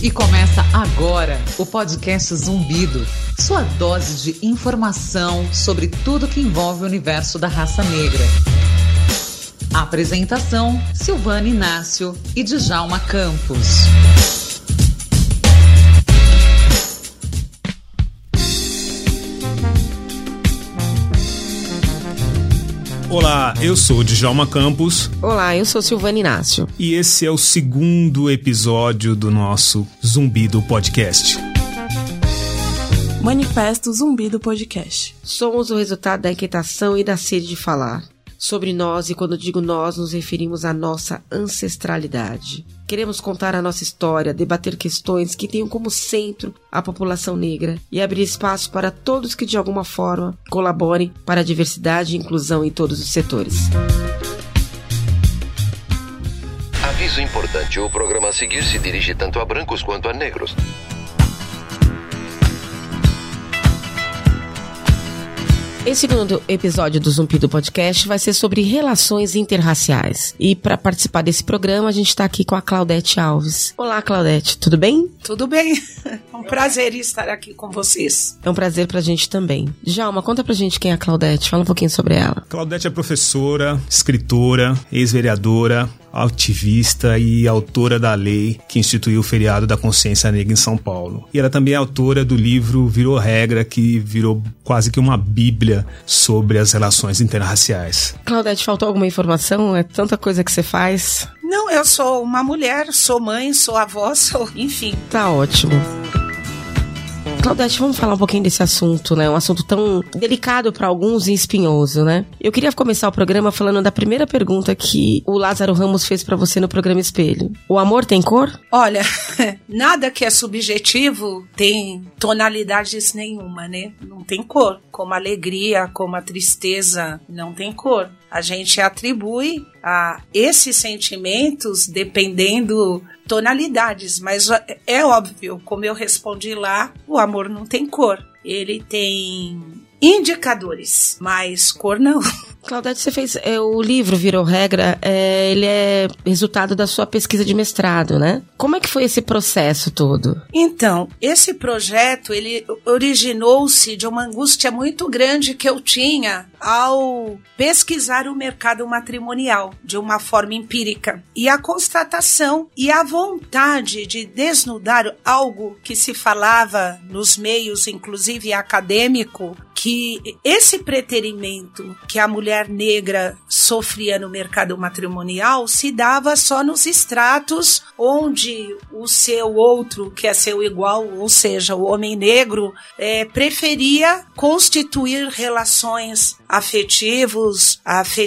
E começa agora o podcast Zumbido, sua dose de informação sobre tudo que envolve o universo da raça negra. Apresentação: Silvana Inácio e Djalma Campos. Olá, eu sou Djalma Campos. Olá, eu sou Silvana Inácio. E esse é o segundo episódio do nosso Zumbido Podcast. Manifesto Zumbido Podcast. Somos o resultado da inquietação e da sede de falar sobre nós, e quando digo nós, nos referimos à nossa ancestralidade. Queremos contar a nossa história, debater questões que tenham como centro a população negra e abrir espaço para todos que de alguma forma colaborem para a diversidade e inclusão em todos os setores. Aviso importante: o programa a seguir se dirige tanto a brancos quanto a negros. Esse segundo episódio do Zumbido Podcast vai ser sobre relações interraciais. E para participar desse programa, a gente está aqui com a Claudete Alves. Olá, Claudete, tudo bem? Tudo bem. É um prazer estar aqui com vocês. É um prazer pra gente também. Djalma, conta pra gente quem é a Claudete, fala um pouquinho sobre ela. Claudete é professora, escritora, ex-vereadora, ativista e autora da lei que instituiu o feriado da consciência negra em São Paulo. E ela também é autora do livro Virou Regra, que virou quase que uma bíblia sobre as relações interraciais. Claudete, faltou alguma informação? É tanta coisa que você faz. Não, eu sou uma mulher, sou mãe, sou avó, enfim. Tá ótimo. Claudete, vamos falar um pouquinho desse assunto, né? Um assunto tão delicado para alguns e espinhoso, né? Eu queria começar o programa falando da primeira pergunta que o Lázaro Ramos fez para você no programa Espelho. O amor tem cor? Olha, nada que é subjetivo tem tonalidades nenhuma, né? Não tem cor. Como a alegria, como a tristeza, não tem cor. A gente atribui a esses sentimentos dependendo tonalidades, mas é óbvio, como eu respondi lá, o amor não tem cor. Ele tem indicadores, mas cor não. Claudete, você fez o livro Virou Regra, ele é resultado da sua pesquisa de mestrado, né? Como é que foi esse processo todo? Então, esse projeto, ele originou-se de uma angústia muito grande que eu tinha ao pesquisar o mercado matrimonial de uma forma empírica. E a constatação e a vontade de desnudar algo que se falava nos meios, inclusive acadêmico, que esse preterimento que a mulher negra sofria no mercado matrimonial se dava só nos estratos onde o seu outro, que é seu igual, ou seja, o homem negro, preferia constituir relações afetivas,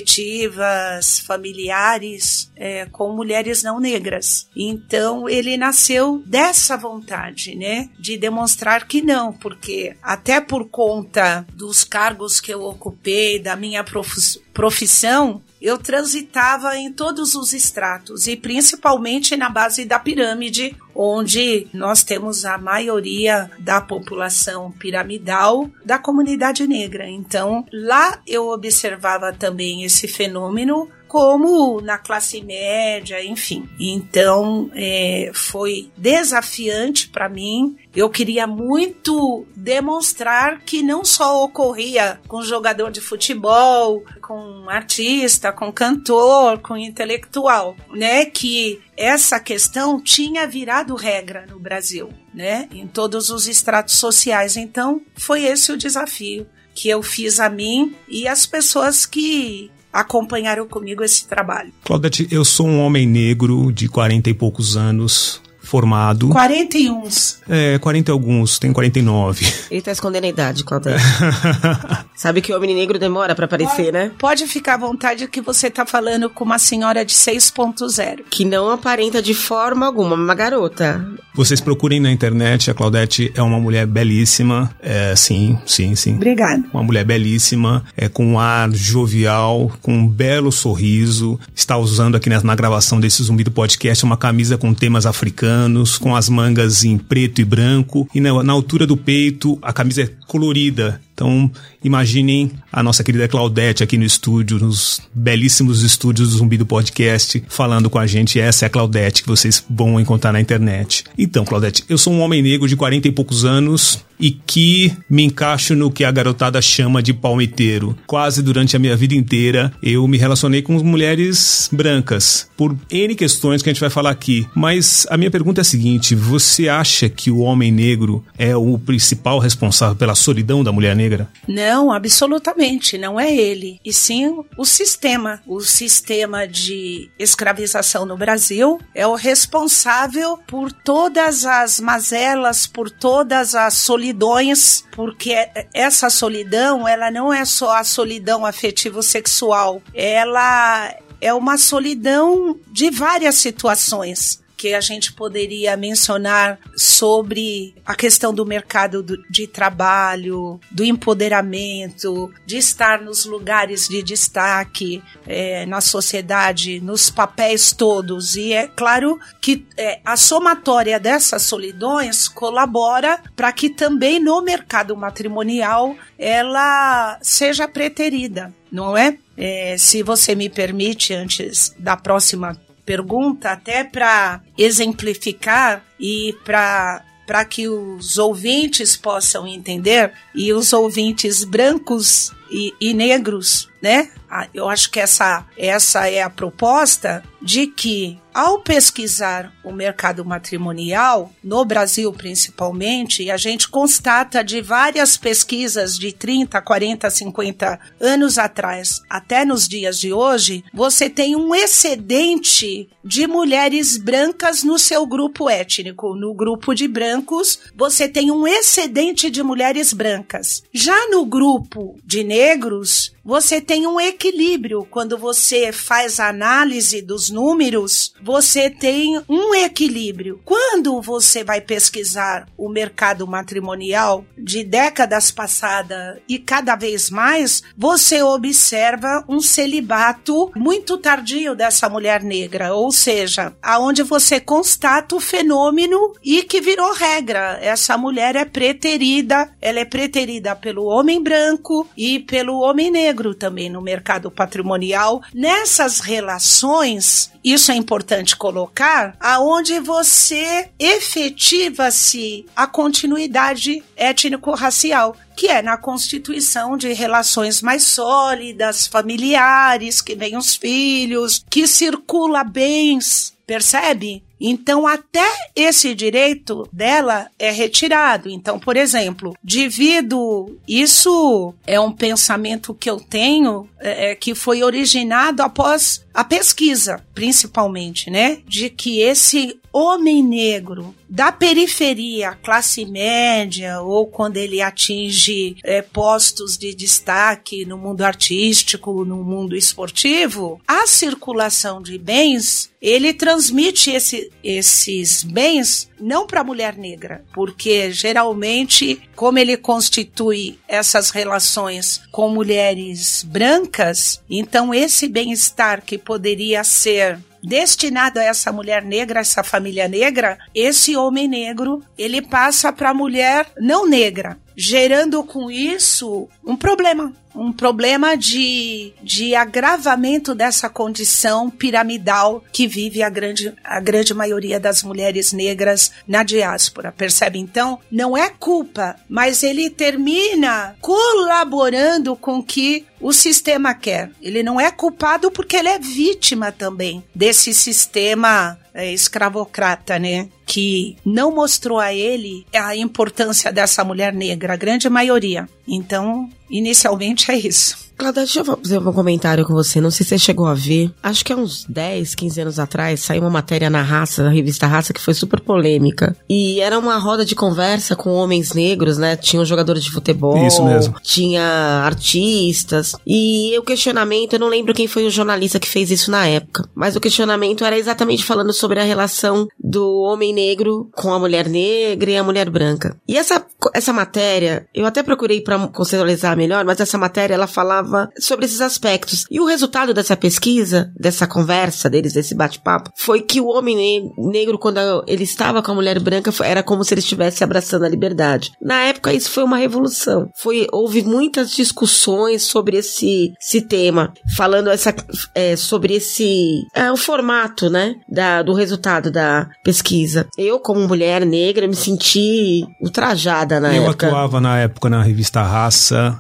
familiares, com mulheres não negras. Então, ele nasceu dessa vontade, né, de demonstrar que não, porque até por conta dos cargos que eu ocupei, da minha profissão, eu transitava em todos os estratos e principalmente na base da pirâmide, onde nós temos a maioria da população piramidal da comunidade negra. Então, lá eu observava também esse fenômeno, como na classe média, enfim. Então, foi desafiante para mim. Eu queria muito demonstrar que não só ocorria com jogador de futebol, com artista, com cantor, com intelectual, né? Que essa questão tinha virado regra no Brasil, né? Em todos os estratos sociais. Então, foi esse o desafio que eu fiz a mim e as pessoas que acompanharam comigo esse trabalho. Claudete, eu sou um homem negro de 40 e poucos anos, formado. 41. 40 e alguns, tem 49. Ele tá escondendo a idade, Claudete. Sabe que o homem negro demora pra aparecer, né? Pode ficar à vontade que você tá falando com uma senhora de 6.0. Que não aparenta de forma alguma, uma garota. Vocês procurem na internet, a Claudete é uma mulher belíssima. Sim. Obrigada. Uma mulher belíssima, com um ar jovial, com um belo sorriso. Está usando aqui na gravação desse Zumbido Podcast uma camisa com temas africanos, com as mangas em preto e branco. E na altura do peito, a camisa é colorida, Então, imaginem a nossa querida Claudete aqui no estúdio, nos belíssimos estúdios do Zumbi do Podcast, falando com a gente. Essa é a Claudete que vocês vão encontrar na internet. Então, Claudete, eu sou um homem negro de 40 e poucos anos e que me encaixo no que a garotada chama de palmiteiro. Quase durante a minha vida inteira, eu me relacionei com mulheres brancas, por N questões que a gente vai falar aqui. Mas a minha pergunta é a seguinte: você acha que o homem negro é o principal responsável pela solidão da mulher negra? Não, absolutamente, não é ele, e sim o sistema. O sistema de escravização no Brasil é o responsável por todas as mazelas, por todas as solidões, porque essa solidão, ela não é só a solidão afetivo-sexual, ela é uma solidão de várias situações que a gente poderia mencionar sobre a questão do mercado de trabalho, do empoderamento, de estar nos lugares de destaque na sociedade, nos papéis todos. E é claro que a somatória dessas solidões colabora para que também no mercado matrimonial ela seja preterida, não é? Se você me permite, antes da próxima pergunta, até para exemplificar e para que os ouvintes possam entender, e os ouvintes brancos e negros, né? Eu acho que essa é a proposta, de que ao pesquisar o mercado matrimonial, no Brasil principalmente, a gente constata de várias pesquisas de 30, 40, 50 anos atrás, até nos dias de hoje, você tem um excedente de mulheres brancas no seu grupo étnico. No grupo de brancos, você tem um excedente de mulheres brancas. Já no grupo de negros, você tem um equilíbrio. Quando você faz a análise dos números, você tem um equilíbrio. Quando você vai pesquisar o mercado matrimonial de décadas passadas e cada vez mais, você observa um celibato muito tardio dessa mulher negra, ou seja, aonde você constata o fenômeno e que virou regra. Essa mulher é preterida, ela é preterida pelo homem branco e pelo homem negro também no mercado patrimonial. Nessas relações, isso é importante colocar, aonde você efetiva-se a continuidade étnico-racial, que é na constituição de relações mais sólidas, familiares, que vem os filhos, que circula bens, percebe? Então, até esse direito dela é retirado. Então, por exemplo, isso é um pensamento que eu tenho, que foi originado após a pesquisa, principalmente, né? De que esse homem negro da periferia, classe média, ou quando ele atinge postos de destaque no mundo artístico, no mundo esportivo, a circulação de bens, ele transmite esses bens não para a mulher negra, porque geralmente, como ele constitui essas relações com mulheres brancas, então esse bem-estar que poderia ser destinado a essa mulher negra, essa família negra, esse homem negro, ele passa para a mulher não negra, gerando com isso um problema de agravamento dessa condição piramidal que vive a grande maioria das mulheres negras na diáspora, percebe? Então, não é culpa, mas ele termina colaborando com o que o sistema quer. Ele não é culpado porque ele é vítima também desse sistema escravocrata, né? Que não mostrou a ele a importância dessa mulher negra, a grande maioria. Então, inicialmente é isso. Cláudia, deixa eu fazer um comentário com você. Não sei se você chegou a ver. Acho que há uns 10, 15 anos atrás, saiu uma matéria na Raça, na revista Raça, que foi super polêmica. E era uma roda de conversa com homens negros, né? Tinha um jogador de futebol. Isso mesmo. Tinha artistas. E o questionamento, eu não lembro quem foi o jornalista que fez isso na época. Mas o questionamento era exatamente falando sobre a relação do homem negro com a mulher negra e a mulher branca. E essa matéria, eu até procurei para para conceitualizar melhor, mas essa matéria, ela falava sobre esses aspectos. E o resultado dessa pesquisa, dessa conversa deles, desse bate-papo, foi que o homem negro, quando ele estava com a mulher branca, era como se ele estivesse abraçando a liberdade. Na época, isso foi uma revolução. Houve muitas discussões sobre esse tema, falando sobre o formato, né, do resultado da pesquisa. Eu, como mulher negra, me senti ultrajada na época. Eu atuava na época na revista Raça,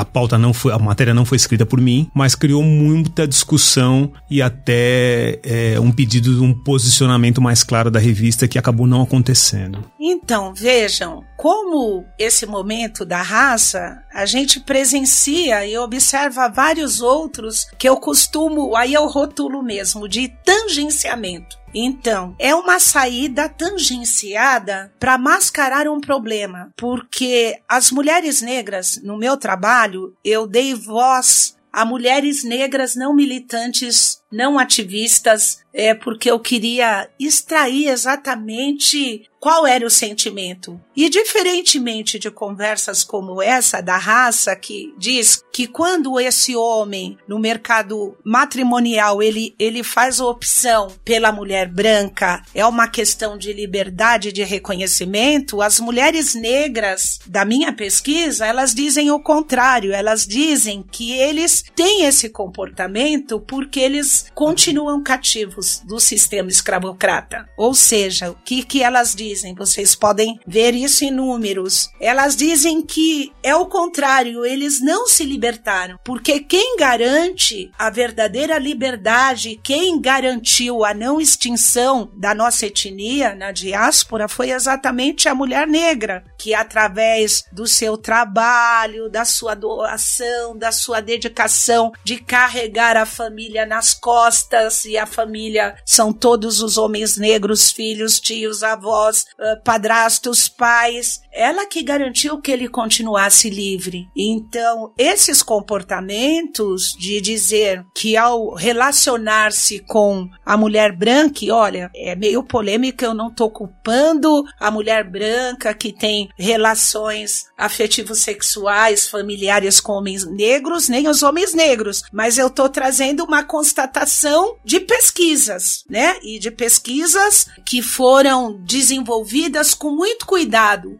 a matéria não foi escrita por mim, mas criou muita discussão e até um pedido de um posicionamento mais claro da revista que acabou não acontecendo. Então, vejam, como esse momento da Raça, a gente presencia e observa vários outros que eu costumo, aí eu rotulo mesmo, de tangenciamento. Então, é uma saída tangenciada para mascarar um problema, porque as mulheres negras, no meu trabalho, eu dei voz a mulheres negras não militantes, não ativistas, porque eu queria extrair exatamente qual era o sentimento. E diferentemente de conversas como essa da Raça, que diz que quando esse homem no mercado matrimonial ele faz a opção pela mulher branca, é uma questão de liberdade, de reconhecimento, as mulheres negras da minha pesquisa, elas dizem o contrário, elas dizem que eles têm esse comportamento porque eles continuam cativos do sistema escravocrata. Ou seja, o que elas dizem? Vocês podem ver isso em números. Elas dizem que é o contrário, eles não se libertaram, porque quem garante a verdadeira liberdade, quem garantiu a não extinção da nossa etnia na diáspora foi exatamente a mulher negra, que através do seu trabalho, da sua doação, da sua dedicação de carregar a família nas costas, e a família são todos os homens negros, filhos, tios, avós, padrastos, pais, ela que garantiu que ele continuasse livre. Então, esses comportamentos de dizer que ao relacionar-se com a mulher branca, e olha, é meio polêmico, eu não estou culpando a mulher branca que tem relações afetivos sexuais, familiares com homens negros, nem os homens negros, mas eu estou trazendo uma constatação de pesquisas, né? E de pesquisas que foram desenvolvidas com muito cuidado,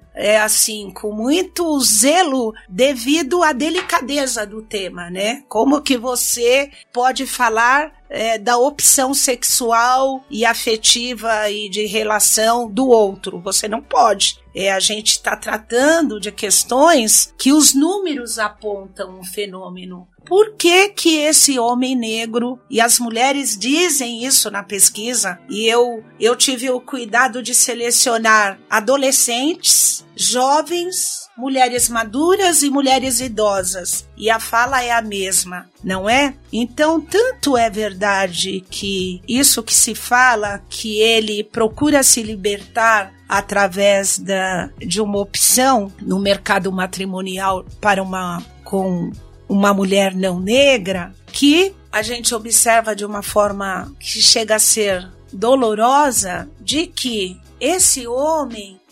com muito zelo devido à delicadeza do tema, né? Como que você pode falar da opção sexual e afetiva e de relação do outro? Você não pode. A gente está tratando de questões que os números apontam um fenômeno. Por que que esse homem negro, e as mulheres dizem isso na pesquisa, e eu tive o cuidado de selecionar adolescentes, jovens, mulheres maduras e mulheres idosas, e a fala é a mesma, não é? Então, tanto é verdade que isso que se fala, que ele procura se libertar através de uma opção no mercado matrimonial com uma mulher não negra, que a gente observa de uma forma que chega a ser dolorosa, de que esse homem,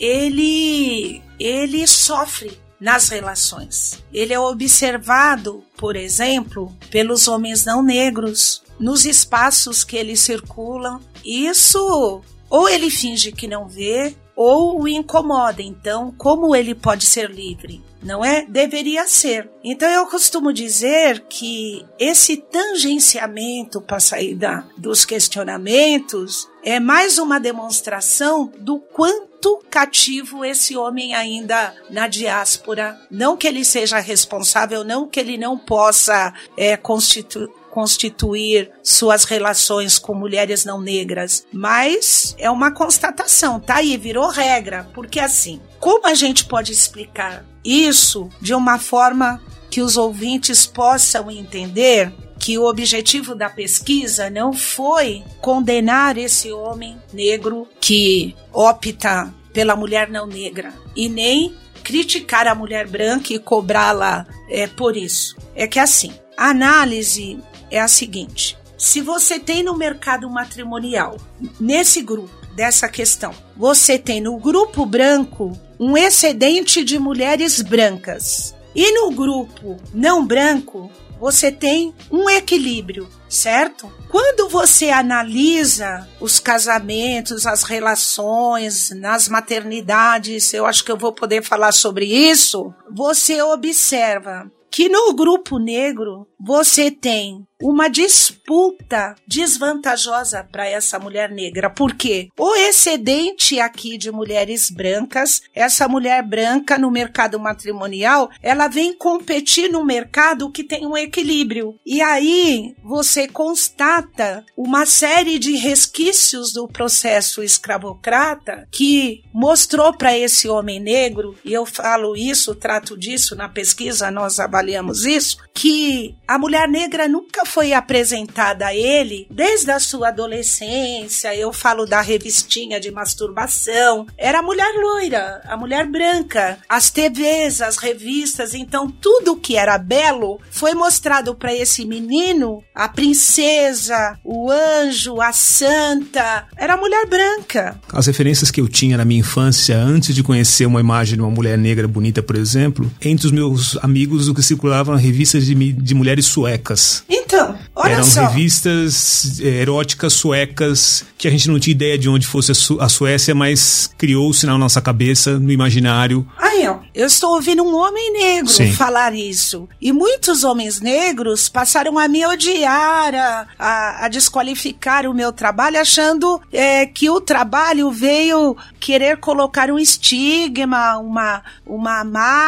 ele sofre nas relações. Ele é observado, por exemplo, pelos homens não negros, nos espaços que eles circulam. Isso, ou ele finge que não vê, ou o incomoda. Então, como ele pode ser livre? Não é? Deveria ser. Então, eu costumo dizer que esse tangenciamento para sair dos questionamentos é mais uma demonstração do quanto cativo esse homem ainda na diáspora. Não que ele seja responsável, não que ele não possa constituir suas relações com mulheres não negras, mas é uma constatação, tá aí, virou regra, porque assim, como a gente pode explicar isso de uma forma que os ouvintes possam entender que o objetivo da pesquisa não foi condenar esse homem negro que opta pela mulher não negra e nem criticar a mulher branca e cobrá-la por isso. É que assim, a análise é a seguinte: se você tem no mercado matrimonial, nesse grupo, dessa questão, você tem no grupo branco um excedente de mulheres brancas E no grupo não branco, você tem um equilíbrio, certo? Quando você analisa os casamentos, as relações, nas maternidades, eu acho que eu vou poder falar sobre isso, você observa que no grupo negro você tem uma disputa desvantajosa para essa mulher negra. Por quê? O excedente aqui de mulheres brancas, essa mulher branca no mercado matrimonial, ela vem competir no mercado que tem um equilíbrio. E aí você constata uma série de resquícios do processo escravocrata que mostrou para esse homem negro, e eu falo isso, trato disso na pesquisa, nós avaliamos isso, que a mulher negra nunca foi apresentada a ele desde a sua adolescência. Eu falo da revistinha de masturbação, era a mulher loira, a mulher branca, as TVs, as revistas, então tudo que era belo foi mostrado para esse menino, a princesa, o anjo, a santa, era a mulher branca. As referências que eu tinha na minha infância, antes de conhecer uma imagem de uma mulher negra bonita, por exemplo, entre os meus amigos o que circulavam revistas de mulheres suecas. Então, olha Eram só. Eram revistas eróticas suecas, que a gente não tinha ideia de onde fosse a Suécia, mas criou-se na nossa cabeça, no imaginário. Aí, ó, eu estou ouvindo um homem negro falar isso. E muitos homens negros passaram a me odiar, a desqualificar o meu trabalho, achando que o trabalho veio querer colocar um estigma, uma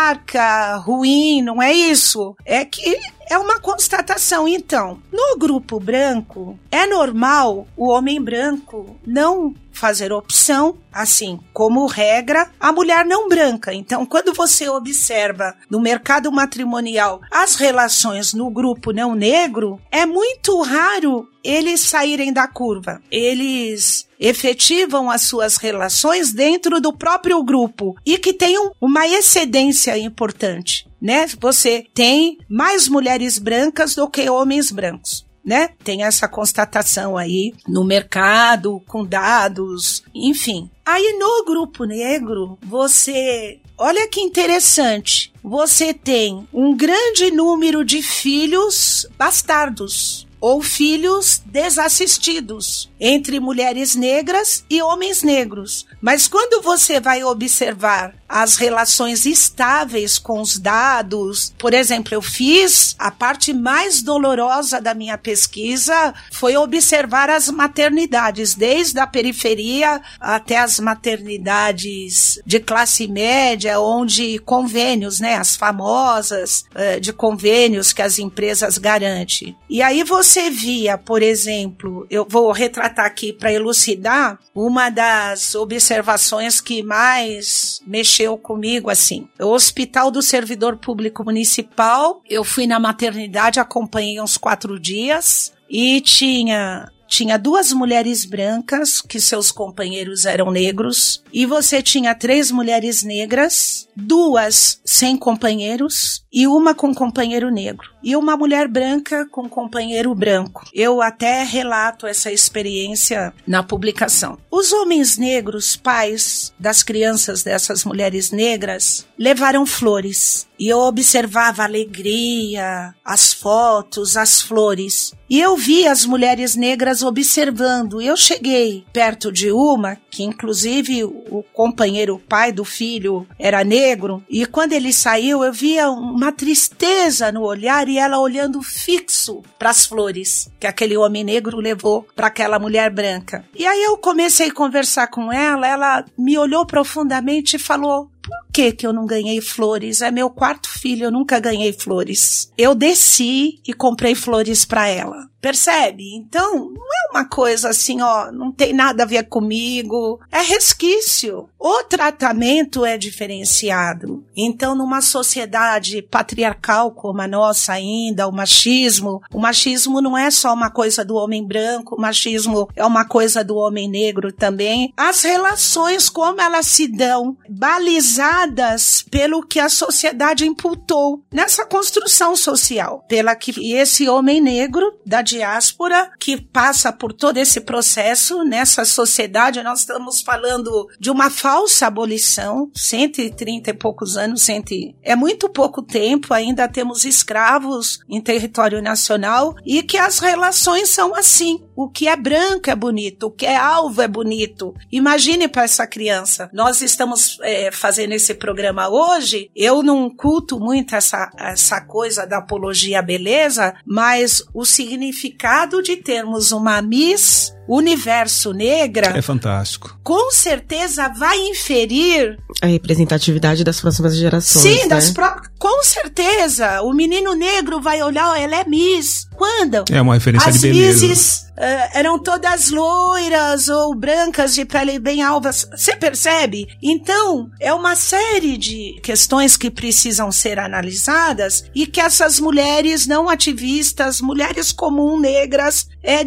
marca ruim, não é isso? É que é uma constatação. Então, no grupo branco, é normal o homem branco não fazer opção, assim, como regra, a mulher não branca. Então, quando você observa no mercado matrimonial as relações no grupo não negro, é muito raro eles saírem da curva. Eles efetivam as suas relações dentro do próprio grupo e que tenham uma excedência importante, né? Você tem mais mulheres brancas do que homens brancos, né? Tem essa constatação aí no mercado, com dados, enfim. Aí no grupo negro, olha que interessante, você tem um grande número de filhos bastardos ou filhos desassistidos entre mulheres negras e homens negros. Mas quando você vai observar as relações estáveis com os dados, por exemplo, eu fiz a parte mais dolorosa da minha pesquisa foi observar as maternidades, desde a periferia até as maternidades de classe média, onde convênios, né, as famosas de convênios que as empresas garantem. E aí você via, por exemplo, eu vou retratar aqui para elucidar uma das observações que mais mexeu comigo, assim. O Hospital do Servidor Público Municipal, eu fui na maternidade, acompanhei uns 4 dias e tinha 2 mulheres brancas, que seus companheiros eram negros, e você tinha 3 mulheres negras, 2 sem companheiros e uma com companheiro negro. E uma mulher branca com companheiro branco. Eu até relato essa experiência na publicação. Os homens negros, pais das crianças dessas mulheres negras, levaram flores. E eu observava a alegria, as fotos, as flores. E eu vi as mulheres negras observando. E eu cheguei perto de uma, que inclusive o companheiro, o pai do filho, era negro. E quando ele saiu, eu via uma tristeza no olhar e ela olhando fixo para as flores que aquele homem negro levou para aquela mulher branca. E aí eu comecei a conversar com ela me olhou profundamente e falou: por que eu não ganhei flores? É meu 4º filho, eu nunca ganhei flores. Eu desci e comprei flores para ela. Percebe? Então, não é uma coisa assim, ó, não tem nada a ver comigo. É resquício. O tratamento é diferenciado. Então, numa sociedade patriarcal como a nossa ainda, o machismo não é só uma coisa do homem branco, o machismo é uma coisa do homem negro também. As relações, como elas se dão, balizadas guiadas pelo que a sociedade imputou nessa construção social, pela que esse homem negro da diáspora que passa por todo esse processo nessa sociedade. Nós estamos falando de uma falsa abolição, 130 e poucos anos, é muito pouco tempo, ainda temos escravos em território nacional e que as relações são assim. O que é branco é bonito, o que é alvo é bonito. Imagine para essa criança. Nós estamos fazendo esse programa hoje, eu não culto muito essa coisa da apologia à beleza, mas o significado de termos uma Miss Universo negra é fantástico. Com certeza vai inferir a representatividade das próximas gerações. Sim, né? Com certeza. O menino negro vai olhar, ela é Miss. Quando? É uma referência de beleza. Misses eram todas loiras ou brancas de pele bem alva. Você percebe? Então, é uma série de questões que precisam ser analisadas e que essas mulheres não ativistas, mulheres comuns negras,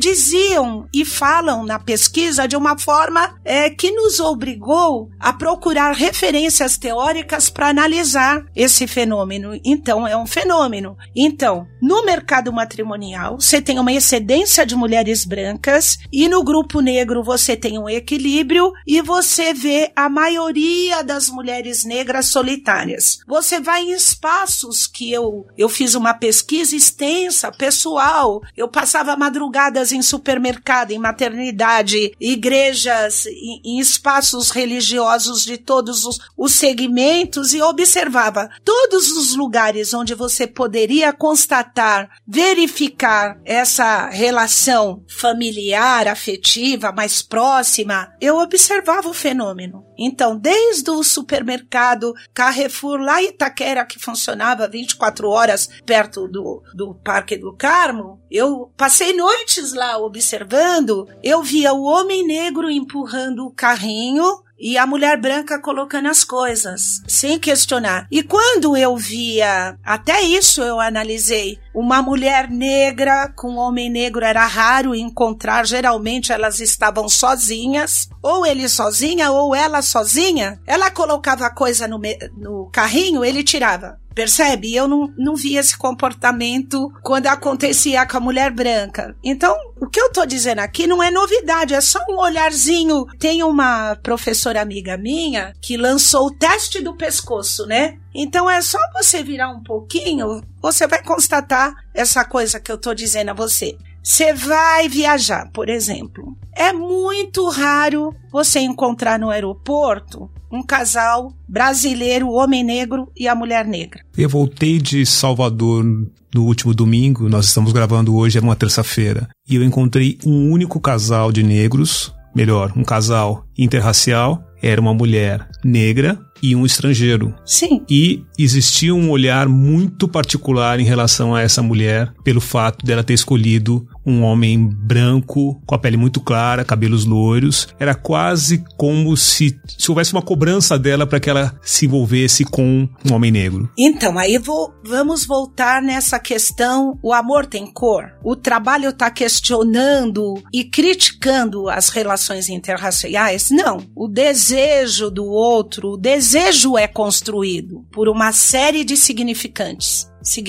diziam e falam na pesquisa de uma forma que nos obrigou a procurar referências teóricas para analisar esse fenômeno. Então, é um fenômeno. Então, no mercado matrimonial, você tem uma excedência de mulheres brancas e no grupo negro você tem um equilíbrio e você vê a maioria das mulheres negras solitárias. Você vai em espaços que eu fiz uma pesquisa extensa, pessoal, eu passava madrugadas em supermercado, em maternidade, igrejas, em espaços religiosos de todos os segmentos e observava todos os lugares onde você poderia constatar, verificar essa relação familiar, afetiva, mais próxima, eu observava o fenômeno. Então, desde o supermercado Carrefour, lá em Itaquera, que funcionava 24 horas perto do Parque do Carmo, eu passei noites lá observando, eu via o homem negro empurrando o carrinho e a mulher branca colocando as coisas, sem questionar. E quando eu via, até isso eu analisei, uma mulher negra com um homem negro era raro encontrar, geralmente elas estavam sozinhas, ou ele sozinha, ou ela sozinha, ela colocava a coisa no carrinho, ele tirava. Percebe? Eu não via esse comportamento quando acontecia com a mulher branca. Então, o que eu tô dizendo aqui não é novidade, é só um olharzinho. Tem uma professora amiga minha que lançou o teste do pescoço, né? Então é só você virar um pouquinho, você vai constatar essa coisa que eu tô dizendo a você. Você vai viajar, por exemplo. É muito raro você encontrar no aeroporto um casal brasileiro, o homem negro e a mulher negra. Eu voltei de Salvador no último domingo, nós estamos gravando hoje, é uma terça-feira, e eu encontrei um único casal de negros, melhor, um casal interracial, era uma mulher negra e um estrangeiro. Sim. E existia um olhar muito particular em relação a essa mulher, pelo fato dela ter escolhido um homem branco, com a pele muito clara, cabelos loiros. Era quase como se houvesse uma cobrança dela para que ela se envolvesse com um homem negro. Então, aí vamos voltar nessa questão, o amor tem cor? O trabalho está questionando e criticando as relações interraciais? Não. O desejo do outro, o desejo é construído por uma série de significados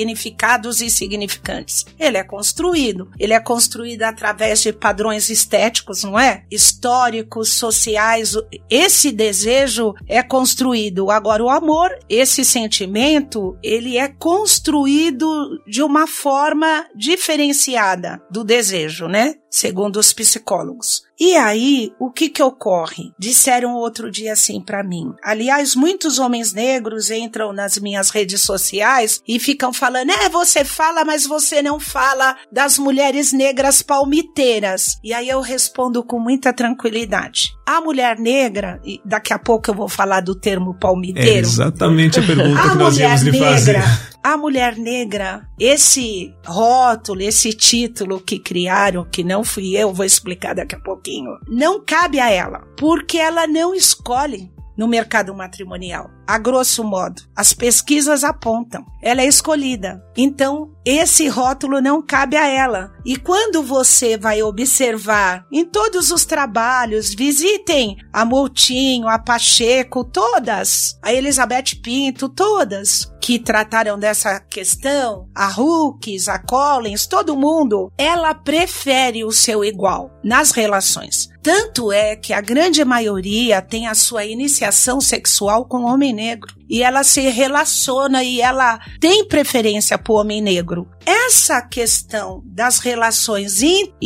e significantes. Ele é construído através de padrões estéticos, não é? Históricos, sociais. Esse desejo é construído. Agora, o amor, esse sentimento, ele é construído de uma forma diferenciada do desejo, né? Segundo os psicólogos. E aí, o que ocorre? Disseram outro dia assim pra mim. Aliás, muitos homens negros entram nas minhas redes sociais e ficam falando, você fala, mas você não fala das mulheres negras palmiteiras. E aí eu respondo com muita tranquilidade. A mulher negra, e daqui a pouco eu vou falar do termo palmiteiro. É exatamente a pergunta que nós íamos lhe fazer. A mulher negra, esse rótulo, esse título que criaram, que não fui eu, vou explicar daqui a pouquinho, não cabe a ela, porque ela não escolhe no mercado matrimonial. a grosso modo. As pesquisas apontam. Ela é escolhida. Então, esse rótulo não cabe a ela. E quando você vai observar em todos os trabalhos, visitem a Moutinho, a Pacheco, todas, a Elizabeth Pinto, todas que trataram dessa questão, a Hooks, a Collins, todo mundo, ela prefere o seu igual nas relações. Tanto é que a grande maioria tem a sua iniciação sexual com o homem negro. E ela se relaciona e ela tem preferência por homem negro. Essa questão das relações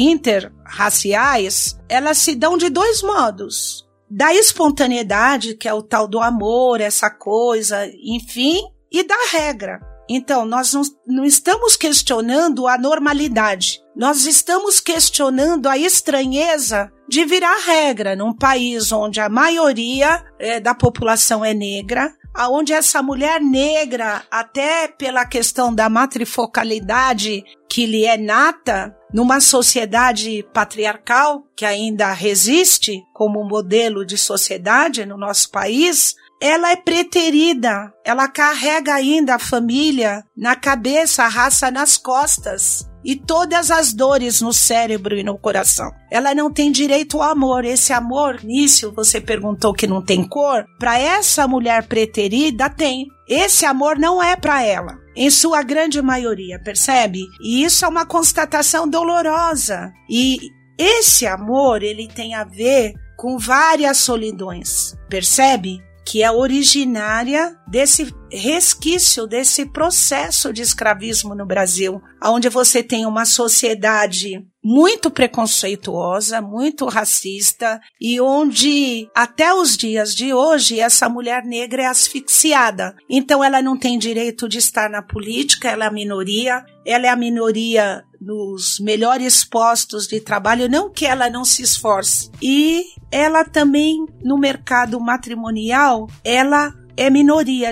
interraciais, elas se dão de dois modos. Da espontaneidade, que é o tal do amor, essa coisa, enfim, e da regra. Então, nós não estamos questionando a normalidade. Nós estamos questionando a estranheza de virar regra num país onde a maioria da população é negra, aonde essa mulher negra, até pela questão da matrifocalidade que lhe é nata, numa sociedade patriarcal que ainda resiste como modelo de sociedade no nosso país, ela é preterida, ela carrega ainda a família na cabeça, a raça nas costas e todas as dores no cérebro e no coração. Ela não tem direito ao amor. Esse amor, Nício, você perguntou que não tem cor, para essa mulher preterida tem. Esse amor não é para ela, em sua grande maioria, percebe? E isso é uma constatação dolorosa. E esse amor, ele tem a ver com várias solidões, percebe? Que é originária desse resquício, desse processo de escravismo no Brasil, onde você tem uma sociedade muito preconceituosa, muito racista, e onde, até os dias de hoje, essa mulher negra é asfixiada. Então, ela não tem direito de estar na política, ela é a minoria nos melhores postos de trabalho, não que ela não se esforce. E ela também, no mercado matrimonial, ela é minoria.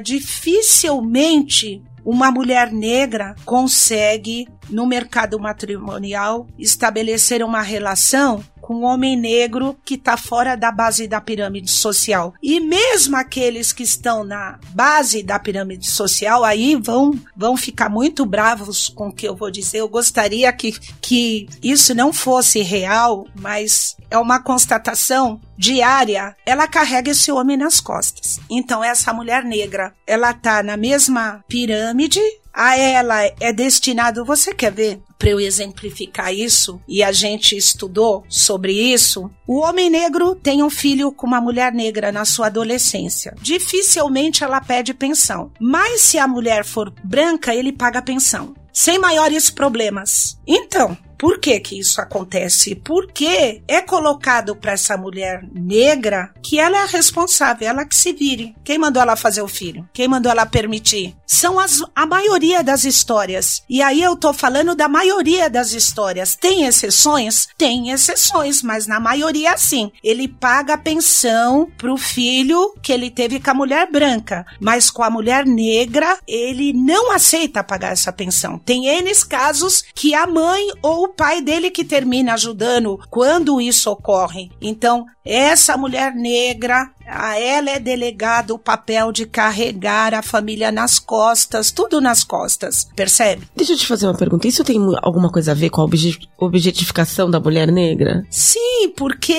Dificilmente uma mulher negra consegue, no mercado matrimonial, estabelecer uma relação com um homem negro que está fora da base da pirâmide social. E mesmo aqueles que estão na base da pirâmide social, aí vão ficar muito bravos com o que eu vou dizer. Eu gostaria que isso não fosse real, mas é uma constatação diária. Ela carrega esse homem nas costas. Então, essa mulher negra, ela está na mesma pirâmide, a ela é destinado, você quer ver, para eu exemplificar isso, e a gente estudou sobre isso, o homem negro tem um filho com uma mulher negra na sua adolescência. Dificilmente ela pede pensão, mas se a mulher for branca, ele paga pensão, sem maiores problemas. Então, por que isso acontece? Porque é colocado para essa mulher negra que ela é a responsável, ela que se vire. Quem mandou ela fazer o filho? Quem mandou ela permitir? São a maioria das histórias. E aí eu tô falando da maioria das histórias. Tem exceções? Tem exceções, mas na maioria sim. Ele paga a pensão pro filho que ele teve com a mulher branca, mas com a mulher negra ele não aceita pagar essa pensão. Tem N casos que a mãe ou o pai dele que termina ajudando quando isso ocorre. Então, essa mulher negra, a ela é delegado o papel de carregar a família nas costas, tudo nas costas, percebe? Deixa eu te fazer uma pergunta, isso tem alguma coisa a ver com a objetificação da mulher negra? Sim,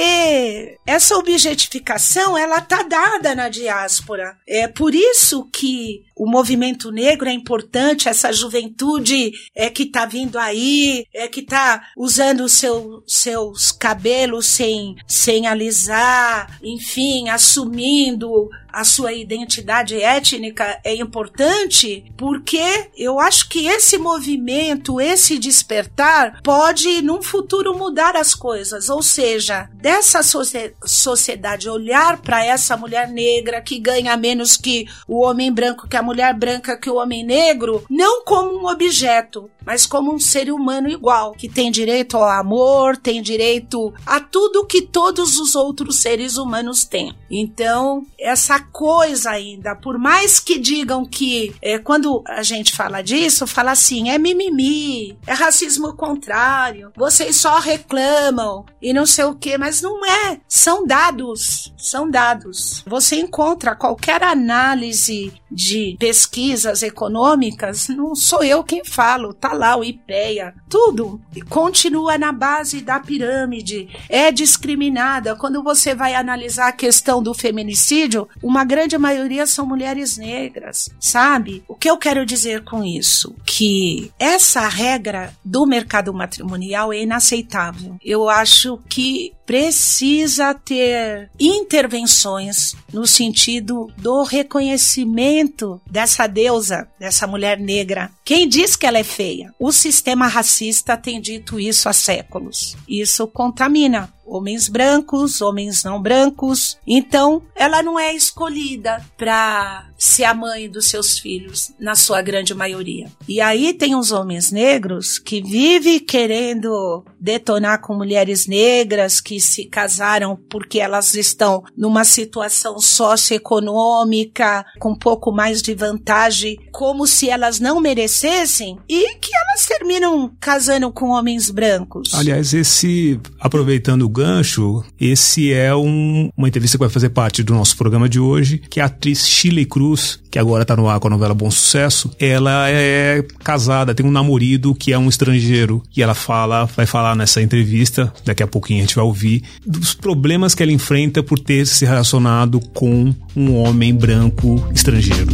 porque essa objetificação, ela tá dada na diáspora. É por isso que o movimento negro é importante, essa juventude que tá vindo aí, que tá usando seus cabelos sem alisar, enfim, assumindo a sua identidade étnica é importante, porque eu acho que esse movimento, esse despertar, pode num futuro mudar as coisas, ou seja, dessa sociedade olhar para essa mulher negra que ganha menos que o homem branco, que a mulher branca, que o homem negro, não como um objeto, mas como um ser humano igual, que tem direito ao amor, tem direito a tudo que todos os outros seres humanos têm. Então, essa coisa ainda, por mais que digam que quando a gente fala disso, fala assim, é mimimi, é racismo contrário, vocês só reclamam e não sei o que, mas não é, são dados. Você encontra qualquer análise de pesquisas econômicas, não sou eu quem falo, tá lá o IPEA, tudo continua na base da pirâmide, é discriminada. Quando você vai analisar a questão do feminicídio, uma grande maioria são mulheres negras, sabe? O que eu quero dizer com isso? Que essa regra do mercado matrimonial é inaceitável. Eu acho que precisa ter intervenções no sentido do reconhecimento dessa deusa, dessa mulher negra. Quem diz que ela é feia? O sistema racista tem dito isso há séculos. Isso contamina homens brancos, homens não brancos. Então, ela não é escolhida para ser a mãe dos seus filhos, na sua grande maioria. E aí tem os homens negros que vivem querendo detonar com mulheres negras que se casaram porque elas estão numa situação socioeconômica com um pouco mais de vantagem, como se elas não merecessem, e que elas terminam casando com homens brancos. Aliás, aproveitando o gancho, esse é uma entrevista que vai fazer parte do nosso programa de hoje, que a atriz Shirley Cruz, que agora está no ar com a novela Bom Sucesso, ela é casada, tem um namorado que é um estrangeiro, e ela vai falar nessa entrevista, daqui a pouquinho a gente vai ouvir, dos problemas que ela enfrenta por ter se relacionado com um homem branco estrangeiro.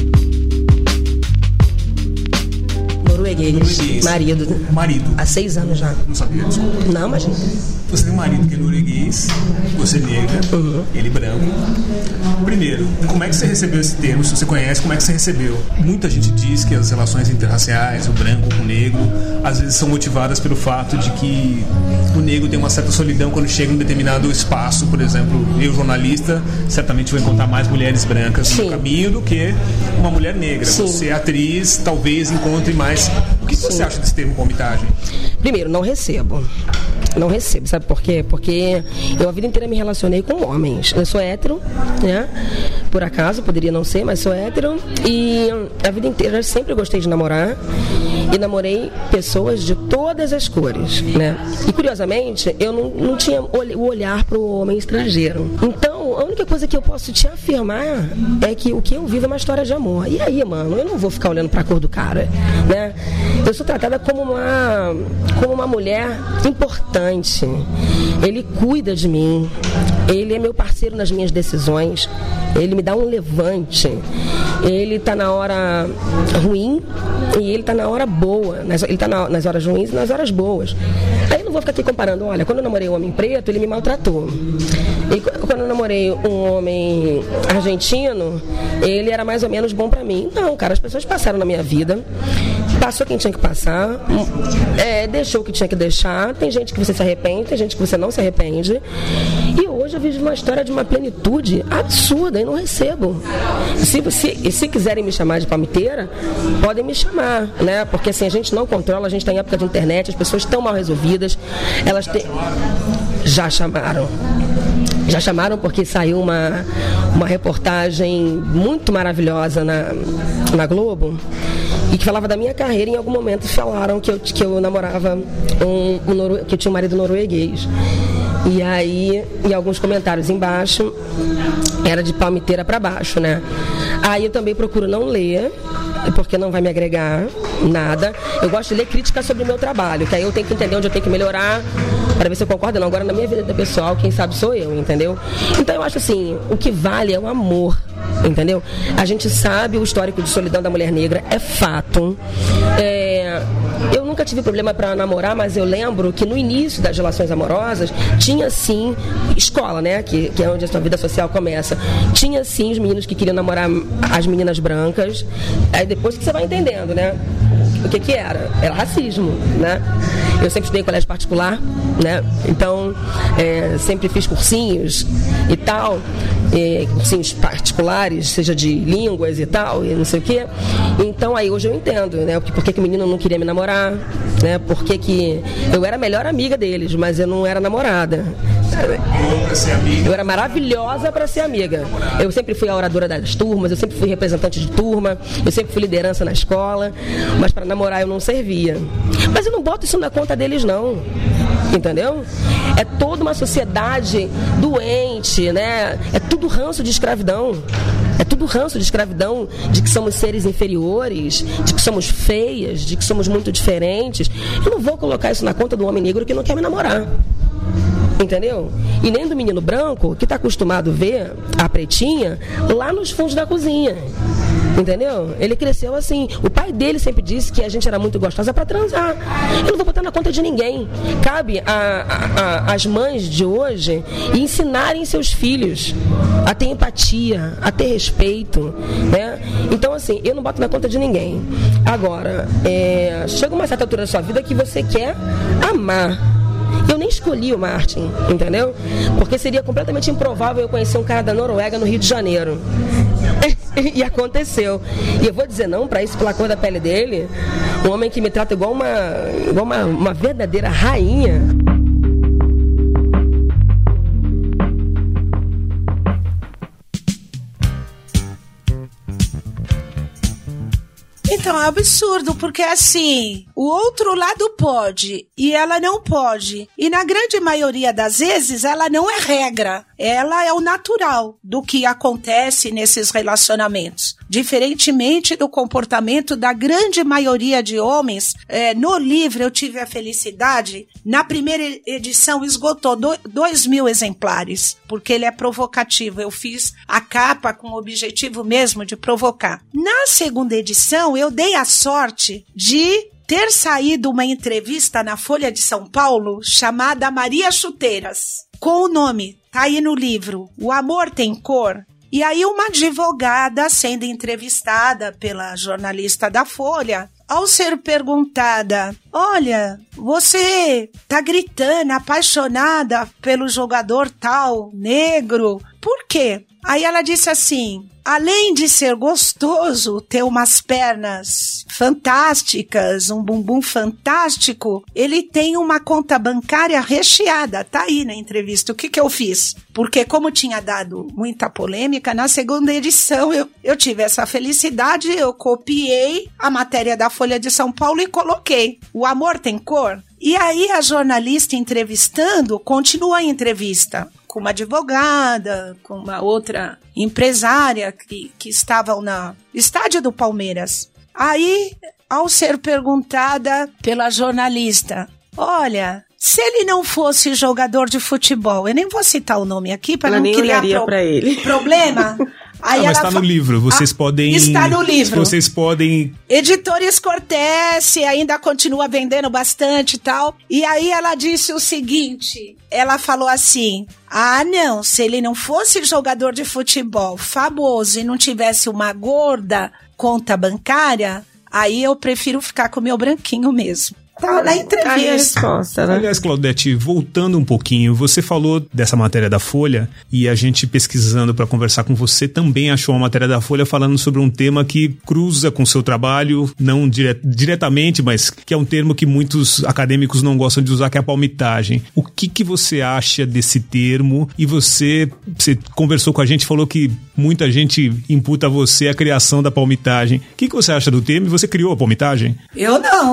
Norueguês. Marido. Há 6 anos já. Não sabia, desculpa. Não, imagina. Você tem um marido que é norueguês, você é negra, ele branco. Primeiro, como é que você recebeu esse termo? Se você conhece, como é que você recebeu? Muita gente diz que as relações interraciais, o branco com o negro, às vezes são motivadas pelo fato de que o negro tem uma certa solidão quando chega em um determinado espaço. Por exemplo, eu, jornalista, certamente vou encontrar mais mulheres brancas no caminho do que uma mulher negra. Sim. Você, atriz, talvez encontre mais. O que você acha desse termo comitagem? Primeiro, não recebo, sabe por quê? Porque eu a vida inteira me relacionei com homens. Eu sou hétero, né? Por acaso, poderia não ser, mas sou hétero. E a vida inteira eu sempre gostei de namorar. E namorei pessoas de todas as cores, né? E curiosamente, eu não tinha o olhar para o homem estrangeiro. Então, a única coisa que eu posso te afirmar é que o que eu vivo é uma história de amor. E aí, mano, eu não vou ficar olhando para a cor do cara, né? Eu sou tratada como uma mulher importante. Ele cuida de mim. Ele é meu parceiro nas minhas decisões. Ele me dá um levante. Ele tá na hora ruim e ele tá na hora boa. Ele tá nas horas ruins e nas horas boas. Aí eu não vou ficar aqui comparando. Olha, quando eu namorei um homem preto, ele me maltratou. E quando eu namorei um homem argentino, ele era mais ou menos bom pra mim. Não, cara, as pessoas passaram na minha vida. Passou quem tinha que passar, deixou o que tinha que deixar. Tem gente que você se arrepende, tem gente que você não se arrepende. E hoje eu vivo uma história de uma plenitude absurda e não recebo. Se quiserem me chamar de palmiteira, podem me chamar, né? Porque assim, a gente não controla, a gente está em época de internet, as pessoas estão mal resolvidas. Já chamaram porque saiu uma reportagem muito maravilhosa na Globo e que falava da minha carreira. Em algum momento falaram que eu namorava que eu tinha um marido norueguês. E aí, em alguns comentários embaixo, era de palmiteira para baixo, né? Aí eu também procuro não ler, porque não vai me agregar nada. Eu gosto de ler críticas sobre o meu trabalho, que aí eu tenho que entender onde eu tenho que melhorar, para ver se eu concordo ou não. Agora, na minha vida pessoal, quem sabe sou eu, entendeu? Então, eu acho assim, o que vale é o amor, entendeu? A gente sabe o histórico de solidão da mulher negra, é fato. Eu nunca tive problema para namorar, mas eu lembro que no início das relações amorosas tinha sim escola, né? Que é onde a sua vida social começa. Tinha sim os meninos que queriam namorar as meninas brancas. Aí depois que você vai entendendo, né? o que era? Era racismo, né? Eu sempre estudei em colégio particular, né? Então, sempre fiz cursinhos e tal, cursinhos particulares, seja de línguas e tal, e não sei o quê. Então, aí hoje eu entendo, né? Por que o menino não queria me namorar, né? Por que eu era a melhor amiga deles, mas eu não era namorada. Eu era maravilhosa para ser amiga. Eu sempre fui a oradora das turmas, eu sempre fui representante de turma, eu sempre fui liderança na escola, mas para namorar eu não servia. Mas eu não boto isso na conta deles, não. Entendeu? É toda uma sociedade doente, né? É tudo ranço de escravidão. É tudo ranço de escravidão, de que somos seres inferiores, de que somos feias, de que somos muito diferentes. Eu não vou colocar isso na conta do homem negro que não quer me namorar. Entendeu? E nem do menino branco que está acostumado a ver a pretinha lá nos fundos da cozinha. Entendeu? Ele cresceu assim. O pai dele sempre disse que a gente era muito gostosa para transar. Eu não vou botar na conta de ninguém. Cabe às mães de hoje ensinarem seus filhos a ter empatia, a ter respeito, né? Então, assim, eu não boto na conta de ninguém. Agora, chega uma certa altura da sua vida que você quer amar. Eu nem escolhi o Martin, entendeu? Porque seria completamente improvável eu conhecer um cara da Noruega no Rio de Janeiro. E aconteceu. E eu vou dizer não para isso pela cor da pele dele. Um homem que me trata igual uma verdadeira rainha. Então, é absurdo, porque assim, o outro lado pode e ela não pode. E na grande maioria das vezes, ela não é regra. Ela é o natural do que acontece nesses relacionamentos. Diferentemente do comportamento da grande maioria de homens, no livro eu tive a felicidade, na primeira edição esgotou 2.000 exemplares, porque ele é provocativo. Eu fiz a capa com o objetivo mesmo de provocar. Na segunda edição, eu dei a sorte de ter saído uma entrevista na Folha de São Paulo chamada Maria Chuteiras, com o nome, tá aí no livro, O Amor Tem Cor. E aí uma advogada sendo entrevistada pela jornalista da Folha, ao ser perguntada, olha, você tá gritando, apaixonada pelo jogador tal, negro, por quê? Aí ela disse assim, além de ser gostoso, ter umas pernas fantásticas, um bumbum fantástico, ele tem uma conta bancária recheada. Tá aí na entrevista. O que eu fiz? Porque como tinha dado muita polêmica, na segunda edição eu tive essa felicidade, eu copiei a matéria da Folha de São Paulo e coloquei. O amor tem cor? E aí a jornalista entrevistando, continua a entrevista com uma advogada, com uma outra empresária que estavam no estádio do Palmeiras. Aí, ao ser perguntada pela jornalista, olha, se ele não fosse jogador de futebol, eu nem vou citar o nome aqui para não criar problema. Aí mas está no livro, vocês podem... Está no livro. Vocês podem... Editores Cortese ainda continua vendendo bastante e tal. E aí ela disse o seguinte, ela falou assim, não, se ele não fosse jogador de futebol famoso e não tivesse uma gorda conta bancária, aí eu prefiro ficar com o meu branquinho mesmo. Tá na entrevista. Aí a resposta, né? Aliás, Claudete, voltando um pouquinho, você falou dessa matéria da Folha e a gente pesquisando para conversar com você também achou uma matéria da Folha falando sobre um tema que cruza com o seu trabalho, não diretamente, mas que é um termo que muitos acadêmicos não gostam de usar, que é a palmitagem. O que você acha desse termo? E você conversou com a gente, falou que muita gente imputa a você a criação da palmitagem. O que você acha do termo? E você criou a palmitagem? Eu não.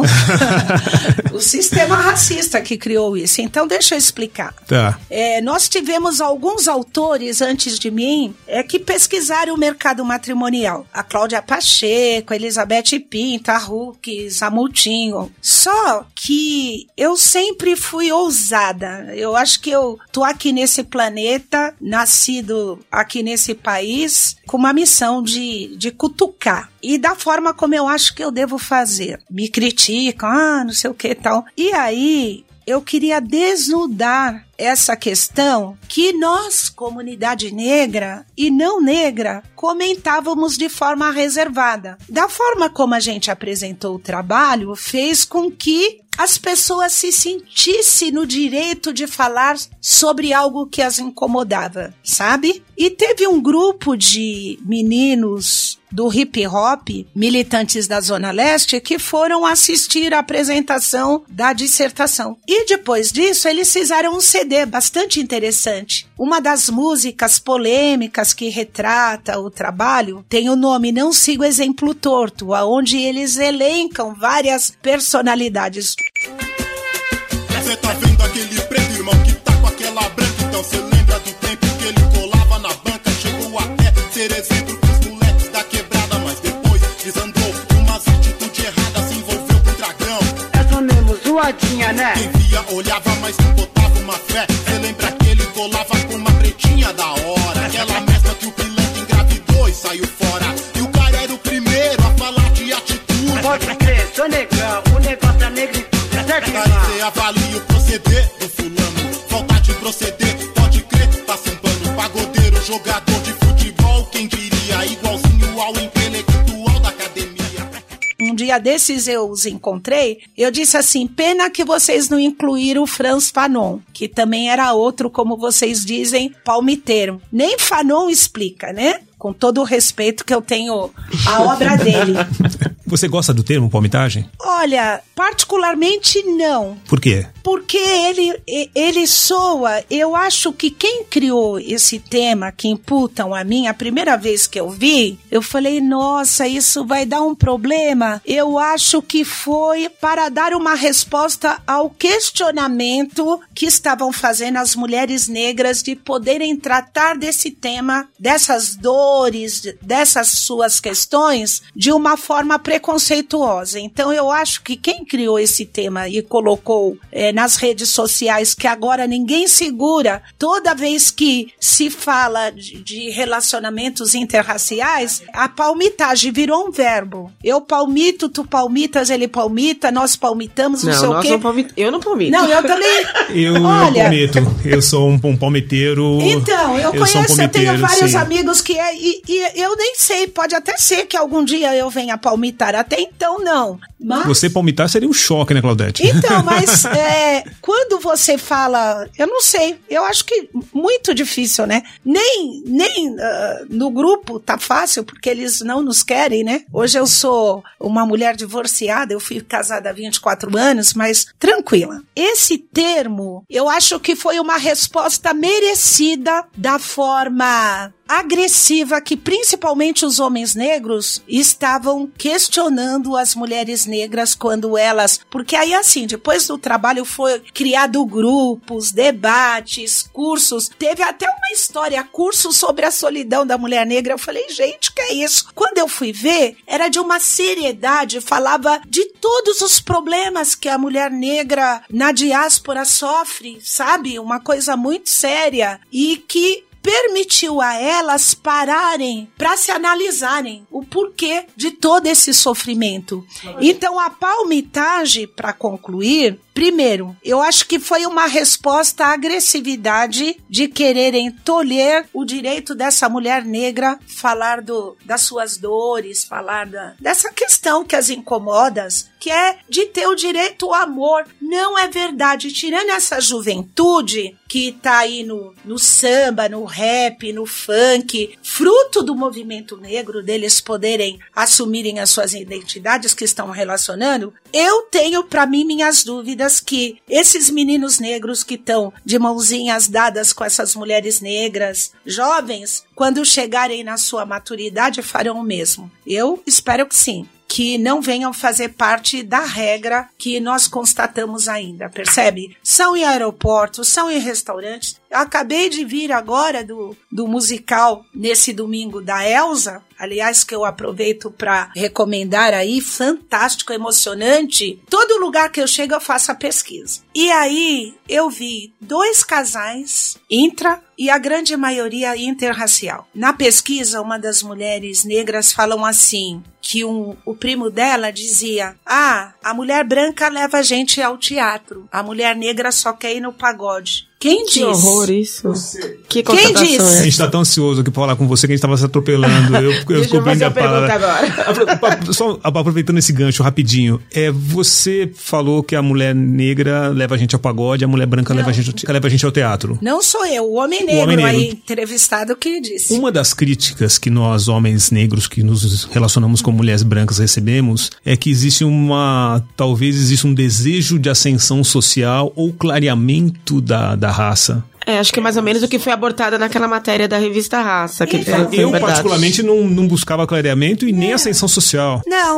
O sistema racista que criou isso. Então, deixa eu explicar. Tá. Nós tivemos alguns autores antes de mim que pesquisaram o mercado matrimonial. A Cláudia Pacheco, a Elizabeth Pinto, a Huck, Zamultinho. Só que eu sempre fui ousada. Eu acho que eu tô aqui nesse planeta, nascido aqui nesse país, com uma missão de cutucar. E da forma como eu acho que eu devo fazer. Me criticam, não sei o que e tal. E aí, eu queria desnudar essa questão que nós, comunidade negra e não negra, comentávamos de forma reservada. Da forma como a gente apresentou o trabalho, fez com que as pessoas se sentissem no direito de falar sobre algo que as incomodava, sabe? E teve um grupo de meninos do hip hop, militantes da Zona Leste, que foram assistir a apresentação da dissertação. E depois disso, eles fizeram um CD bastante interessante. Uma das músicas polêmicas que retrata o trabalho tem o nome Não Siga o Exemplo Torto, onde eles elencam várias personalidades. Você tá vendo aquele preto, irmão, que tá com aquela branca? Então você lembra do tempo que ele colava na banca? Chegou até ser exemplo pros moleques da quebrada, mas depois desandou umas atitudes erradas, se envolveu com o dragão. Essa mesmo, zoadinha, né? Quem via olhava, mas não botava uma fé. Você lembra que ele colava com uma pretinha da hora? Aquela mesma que o pilantra engravidou e saiu fora. E o cara era o primeiro a falar de atitude. Pode crer, sou negão, o negócio é negritude. Aí você avalia o proceder do fulano. Falta de proceder, pode crer, tá sambando. Pagodeiro, jogador de futebol, quem diria? Igualzinho ao intelectual da academia. Um dia desses eu os encontrei, eu disse assim, pena que vocês não incluíram o Franz Fanon, que também era outro, como vocês dizem, palmiteiro. Nem Fanon explica, né? Com todo o respeito que eu tenho à obra dele. Você gosta do termo palmitagem? Olha, particularmente não. Por quê? Porque ele soa, eu acho que quem criou esse tema que imputam a mim, a primeira vez que eu vi, eu falei, nossa, isso vai dar um problema. Eu acho que foi para dar uma resposta ao questionamento que estavam fazendo as mulheres negras de poderem tratar desse tema, dessas dores, dessas suas questões, de uma forma preconceituosa. Então eu acho que quem criou esse tema e colocou nas redes sociais, que agora ninguém segura, toda vez que se fala de relacionamentos interraciais, a palmitagem virou um verbo. Eu palmito, tu palmitas, ele palmita, nós palmitamos, não sei o quê. Eu não palmito. Não, eu também. Eu palmito. Eu sou um palmiteiro. Então, eu conheço, eu tenho vários sim. amigos que e eu nem sei, pode até ser que algum dia eu venha palmitar, até então não. Mas... Você palmitar seria um choque, né, Claudete? Então, mas quando você fala, eu não sei, eu acho que muito difícil, né? Nem no grupo tá fácil, porque eles não nos querem, né? Hoje eu sou uma mulher divorciada, eu fui casada há 24 anos, mas tranquila. Esse termo, eu acho que foi uma resposta merecida da forma agressiva que principalmente os homens negros estavam questionando as mulheres negras quando elas... Porque aí assim, depois do trabalho foi criado grupos, debates, cursos. Teve até uma história, curso sobre a solidão da mulher negra. Eu falei, gente, que é isso? Quando eu fui ver, era de uma seriedade, falava de todos os problemas que a mulher negra na diáspora sofre, sabe? Uma coisa muito séria e que permitiu a elas pararem para se analisarem o porquê de todo esse sofrimento. Então, a palmitagem, para concluir, primeiro, eu acho que foi uma resposta à agressividade de quererem tolher o direito dessa mulher negra falar das suas dores, falar dessa questão que as incomoda, que é de ter o direito ao amor. Não é verdade. Tirando essa juventude que tá aí no samba, no rap, no funk, fruto do movimento negro, deles poderem assumirem as suas identidades que estão relacionando, eu tenho para mim minhas dúvidas que esses meninos negros que estão de mãozinhas dadas com essas mulheres negras, jovens, quando chegarem na sua maturidade, farão o mesmo. Eu espero que sim. Que não venham fazer parte da regra que nós constatamos ainda, percebe? São em aeroportos, são em restaurantes. Eu acabei de vir agora do musical nesse domingo da Elsa, aliás, que eu aproveito para recomendar aí, fantástico, emocionante. Todo lugar que eu chego eu faço a pesquisa. E aí eu vi 2 casais e a grande maioria interracial. Na pesquisa, uma das mulheres negras falam assim, que o primo dela dizia, a mulher branca leva a gente ao teatro, a mulher negra só quer ir no pagode. Quem disse? Que horror isso. Que Quem disse? A gente tá tão ansioso aqui pra falar com você que a gente tava se atropelando. Eu Deixa eu fazer a pergunta agora. Só aproveitando esse gancho rapidinho. Você falou que a mulher negra leva a gente ao pagode, a mulher branca leva a gente ao teatro. Não sou eu, o homem negro aí entrevistado que disse. Uma das críticas que nós, homens negros, que nos relacionamos com mulheres brancas, recebemos é que talvez exista um desejo de ascensão social ou clareamento da raça. Acho que é mais ou menos o que foi abordado naquela matéria da revista Raça. Que eu particularmente não buscava clareamento e nem ascensão social. Não,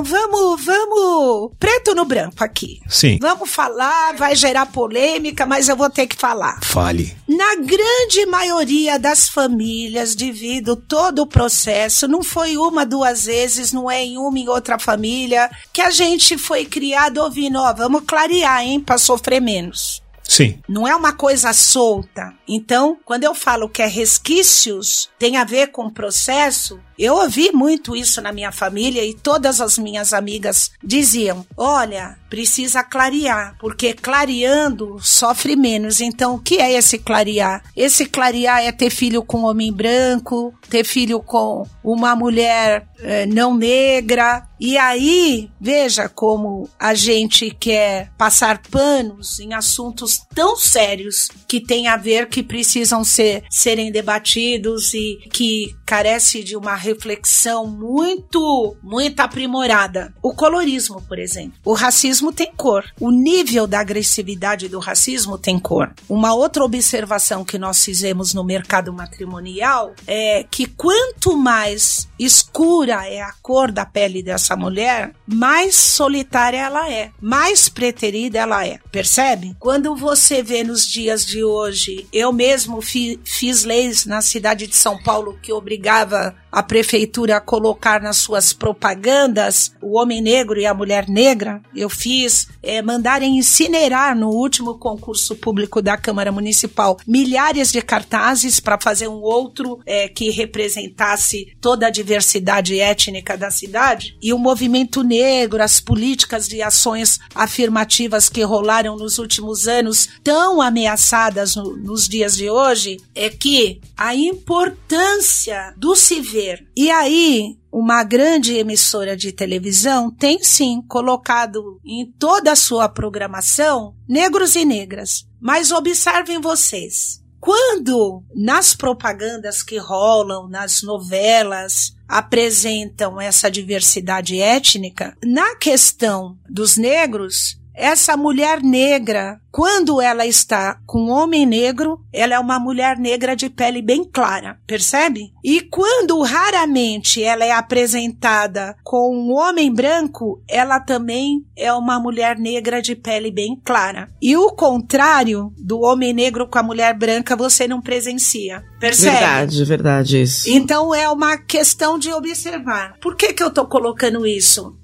vamos preto no branco aqui. Sim. Vamos falar, vai gerar polêmica, mas eu vou ter que falar. Fale. Na grande maioria das famílias, devido todo o processo, não foi 1, 2 vezes, não é em uma em outra família, que a gente foi criado ouvindo, vamos clarear, hein, pra sofrer menos. Sim. Não é uma coisa solta. Então, quando eu falo que é resquícios, tem a ver com o processo, eu ouvi muito isso na minha família e todas as minhas amigas diziam, olha, precisa clarear, porque clareando sofre menos. Então, o que é esse clarear? Esse clarear é ter filho com homem branco, ter filho com uma mulher não negra. E aí, veja como a gente quer passar panos em assuntos tão sérios que tem a ver, que precisam serem debatidos e que carece de uma reflexão muito aprimorada. O colorismo, por exemplo. O racismo tem cor. O nível da agressividade do racismo tem cor. Uma outra observação que nós fizemos no mercado matrimonial é que quanto mais escura é a cor da pele dessa mulher, mais solitária ela é, mais preterida ela é. Percebe? Quando você vê nos dias de hoje, eu mesmo fiz leis na cidade de São Paulo que obrigava a prefeitura a colocar nas suas propagandas o homem negro e a mulher negra. Eu fiz mandarem incinerar no último concurso público da Câmara Municipal milhares de cartazes para fazer um outro que representasse toda a diversidade étnica da cidade. E o movimento negro, as políticas de ações afirmativas que rolaram nos últimos anos, tão ameaçadas nos dias de hoje, é que a importância do se ver. E aí, uma grande emissora de televisão tem sim colocado em toda a sua programação negros e negras. Mas observem vocês, quando nas propagandas que rolam, nas novelas, apresentam essa diversidade étnica, na questão dos negros, essa mulher negra, quando ela está com um homem negro, ela é uma mulher negra de pele bem clara, percebe? E quando raramente ela é apresentada com um homem branco, ela também é uma mulher negra de pele bem clara. E o contrário do homem negro com a mulher branca, você não presencia, percebe? Verdade isso. Então é uma questão de observar. Por que eu tô colocando isso?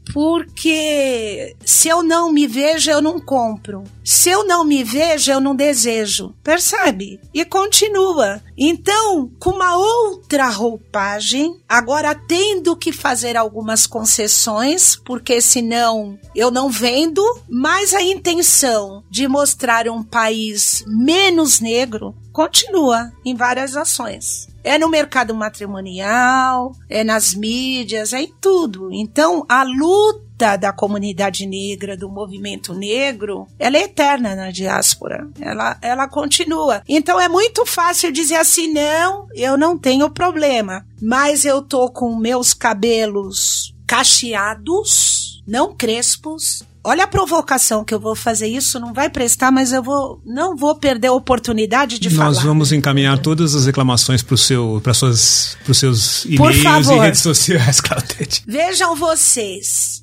Porque se eu não me vejo, eu não compro. Se eu não me vejo, eu não desejo. Percebe? E continua. Então, com uma outra roupagem, agora tendo que fazer algumas concessões, porque senão eu não vendo, mas a intenção de mostrar um país menos negro continua em várias ações. É no mercado matrimonial, é nas mídias, é em tudo. Então, a luta da comunidade negra, do movimento negro, ela é eterna na diáspora. Ela continua. Então, é muito fácil dizer assim, não, eu não tenho problema, mas eu tô com meus cabelos cacheados, não crespos. Olha a provocação que eu vou fazer, isso não vai prestar, mas não vou perder a oportunidade de falar. Nós vamos encaminhar todas as reclamações para os seus e-mails e redes sociais, Claudete. Vejam vocês,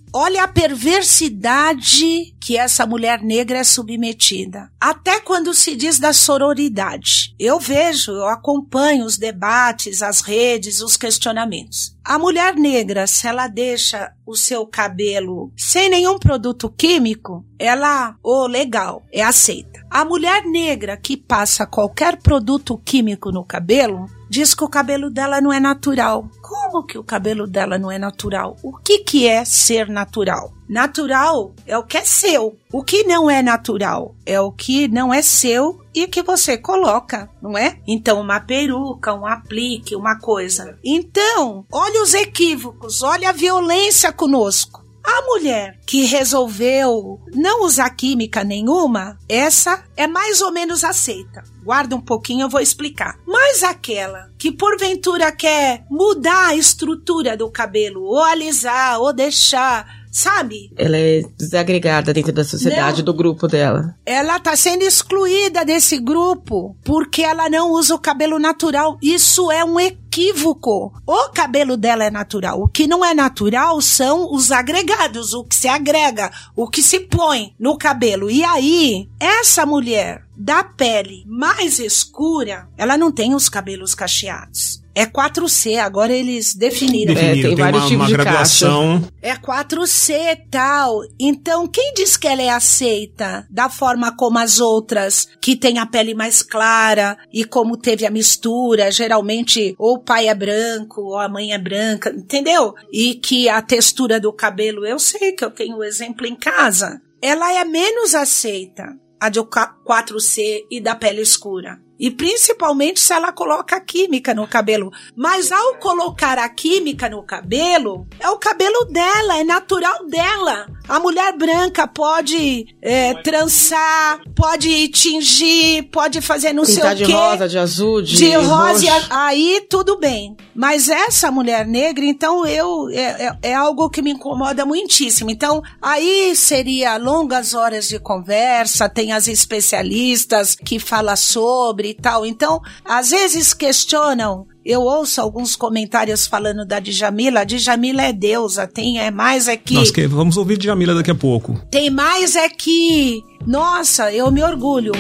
Olha a perversidade que essa mulher negra é submetida. Até quando se diz da sororidade. Eu acompanho os debates, as redes, os questionamentos. A mulher negra, se ela deixa o seu cabelo sem nenhum produto químico, ela, legal, é aceita. A mulher negra que passa qualquer produto químico no cabelo, diz que o cabelo dela não é natural. Como que o cabelo dela não é natural? O que é ser natural? Natural é o que é seu. O que não é natural é o que não é seu e que você coloca, não é? Então, uma peruca, um aplique, uma coisa. Então, olha os equívocos, olha a violência conosco. A mulher que resolveu não usar química nenhuma, essa é mais ou menos aceita. Guarda um pouquinho, eu vou explicar. Mas aquela que porventura quer mudar a estrutura do cabelo, ou alisar, ou deixar, sabe? Ela é desagregada dentro da sociedade, do grupo dela. Ela tá sendo excluída desse grupo porque ela não usa o cabelo natural. Isso é um equívoco. O cabelo dela é natural. O que não é natural são os agregados, o que se agrega, o que se põe no cabelo. E aí, essa mulher da pele mais escura, ela não tem os cabelos cacheados. É 4C, agora eles definiram. Tem vários tipos de graduação. É 4C e tal. Então, quem diz que ela é aceita da forma como as outras, que tem a pele mais clara e como teve a mistura, geralmente ou o pai é branco ou a mãe é branca, entendeu? E que a textura do cabelo, eu sei que eu tenho o exemplo em casa, ela é menos aceita, a de 4C e da pele escura. E principalmente se ela coloca química no cabelo. Mas ao colocar a química no cabelo, é o cabelo dela, é natural dela. A mulher branca pode trançar, pode tingir, pode fazer não sei o quê. De rosa, de azul, de rosa, aí tudo bem. Mas essa mulher negra, então é algo que me incomoda muitíssimo. Então, aí seria longas horas de conversa, tem as especialistas que falam sobre e tal. Então, às vezes questionam. Eu ouço alguns comentários falando da Djamila. A Djamila é deusa, mais que... Nós vamos ouvir Djamila daqui a pouco. Tem mais que... Nossa, eu me orgulho.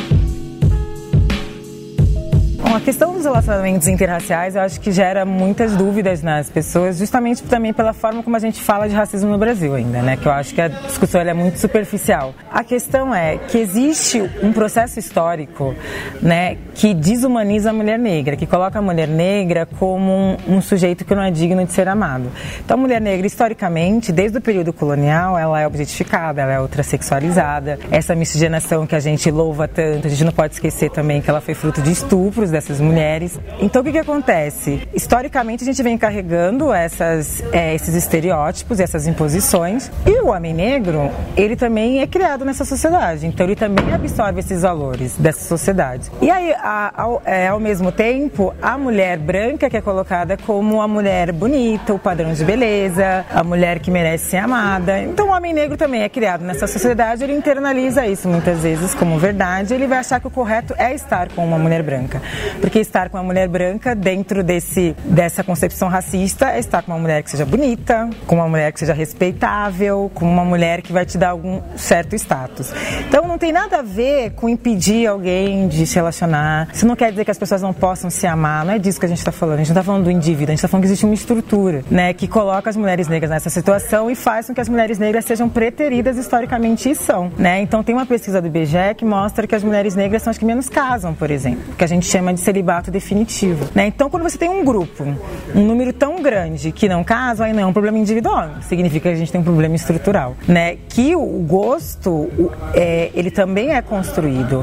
Bom, a questão dos relacionamentos interraciais eu acho que gera muitas dúvidas nas pessoas, justamente também pela forma como a gente fala de racismo no Brasil ainda, né? Que eu acho que a discussão é muito superficial. A questão é que existe um processo histórico, né, que desumaniza a mulher negra, que coloca a mulher negra como um sujeito que não é digno de ser amado. Então a mulher negra, historicamente, desde o período colonial, ela é objetificada, ela é ultrassexualizada. Essa miscigenação que a gente louva tanto, a gente não pode esquecer também que ela foi fruto de estupros dessas mulheres. Então o que acontece? Historicamente a gente vem carregando esses estereótipos, essas imposições, e o homem negro, ele também é criado nessa sociedade, então ele também absorve esses valores dessa sociedade. E aí, ao mesmo tempo, a mulher branca que é colocada como a mulher bonita, o padrão de beleza, a mulher que merece ser amada. Então o homem negro também é criado nessa sociedade, ele internaliza isso muitas vezes como verdade, ele vai achar que o correto é estar com uma mulher branca. Porque estar com uma mulher branca dentro dessa concepção racista é estar com uma mulher que seja bonita, com uma mulher que seja respeitável, com uma mulher que vai te dar algum certo status. Então não tem nada a ver com impedir alguém de se relacionar. Isso não quer dizer que as pessoas não possam se amar, não é disso que a gente está falando. A gente não está falando do indivíduo, a gente está falando que existe uma estrutura, né, que coloca as mulheres negras nessa situação e faz com que as mulheres negras sejam preteridas historicamente e são, né? Então tem uma pesquisa do IBGE que mostra que as mulheres negras são as que menos casam, por exemplo, que a gente chama de celibato definitivo, né? Então, quando você tem um grupo, um número tão grande que não casa, aí não é um problema individual, significa que a gente tem um problema estrutural, né? Que o gosto, ele também é construído.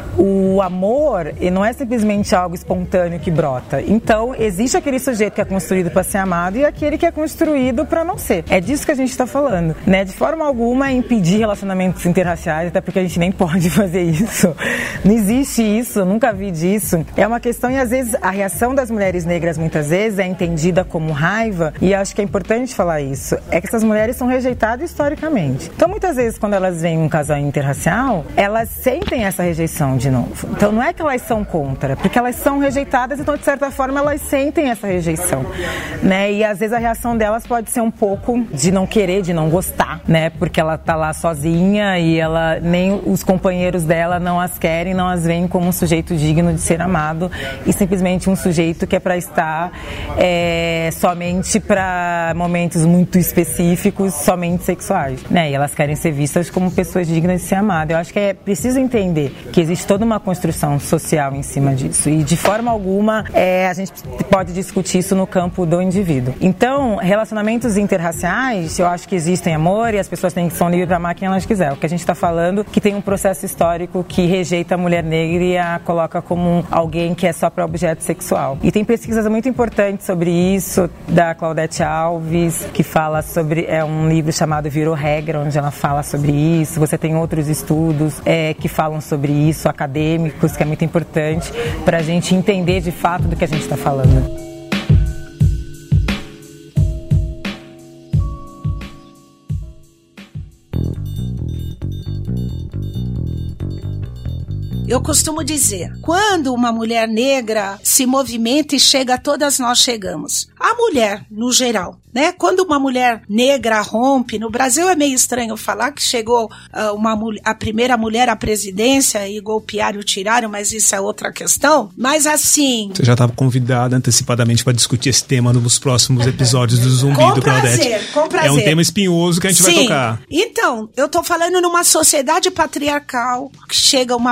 O amor não é simplesmente algo espontâneo que brota. Então, existe aquele sujeito que é construído para ser amado e aquele que é construído para não ser. É disso que a gente está falando, né? De forma alguma é impedir relacionamentos interraciais, até porque a gente nem pode fazer isso. Não existe isso, nunca vi disso. É uma questão, e às vezes a reação das mulheres negras muitas vezes é entendida como raiva, e acho que é importante falar isso, é que essas mulheres são rejeitadas historicamente. Então, muitas vezes, quando elas veem um casal interracial, elas sentem essa rejeição de de novo. Então não é que elas são contra, porque elas são rejeitadas, então de certa forma elas sentem essa rejeição, né? E às vezes a reação delas pode ser um pouco de não querer, de não gostar, né? Porque ela tá lá sozinha e ela nem os companheiros dela não as querem, não as veem como um sujeito digno de ser amado e simplesmente um sujeito que é para estar somente para momentos muito específicos, somente sexuais, né? E elas querem ser vistas como pessoas dignas de ser amadas. Eu acho que é preciso entender que existe toda uma construção social em cima disso e de forma alguma a gente pode discutir isso no campo do indivíduo. Então, relacionamentos interraciais, eu acho que existem amor e as pessoas são livres para amar quem elas quiserem. O que a gente está falando que tem um processo histórico que rejeita a mulher negra e a coloca como alguém que é só para objeto sexual. E tem pesquisas muito importantes sobre isso, da Claudete Alves, que fala sobre, um livro chamado Virou Regra, onde ela fala sobre isso. Você tem outros estudos que falam sobre isso, acadêmicos, que é muito importante para a gente entender de fato do que a gente está falando. Eu costumo dizer, quando uma mulher negra se movimenta e chega, todas nós chegamos. A mulher, no geral, né? Quando uma mulher negra rompe, no Brasil é meio estranho falar que chegou a primeira mulher à presidência e golpearam, tiraram, mas isso é outra questão. Mas assim... Você já estava convidada antecipadamente para discutir esse tema nos próximos episódios do Zumbido, Claudete. Com prazer. É um tema espinhoso que a gente vai tocar. Então, eu tô falando numa sociedade patriarcal, que chega uma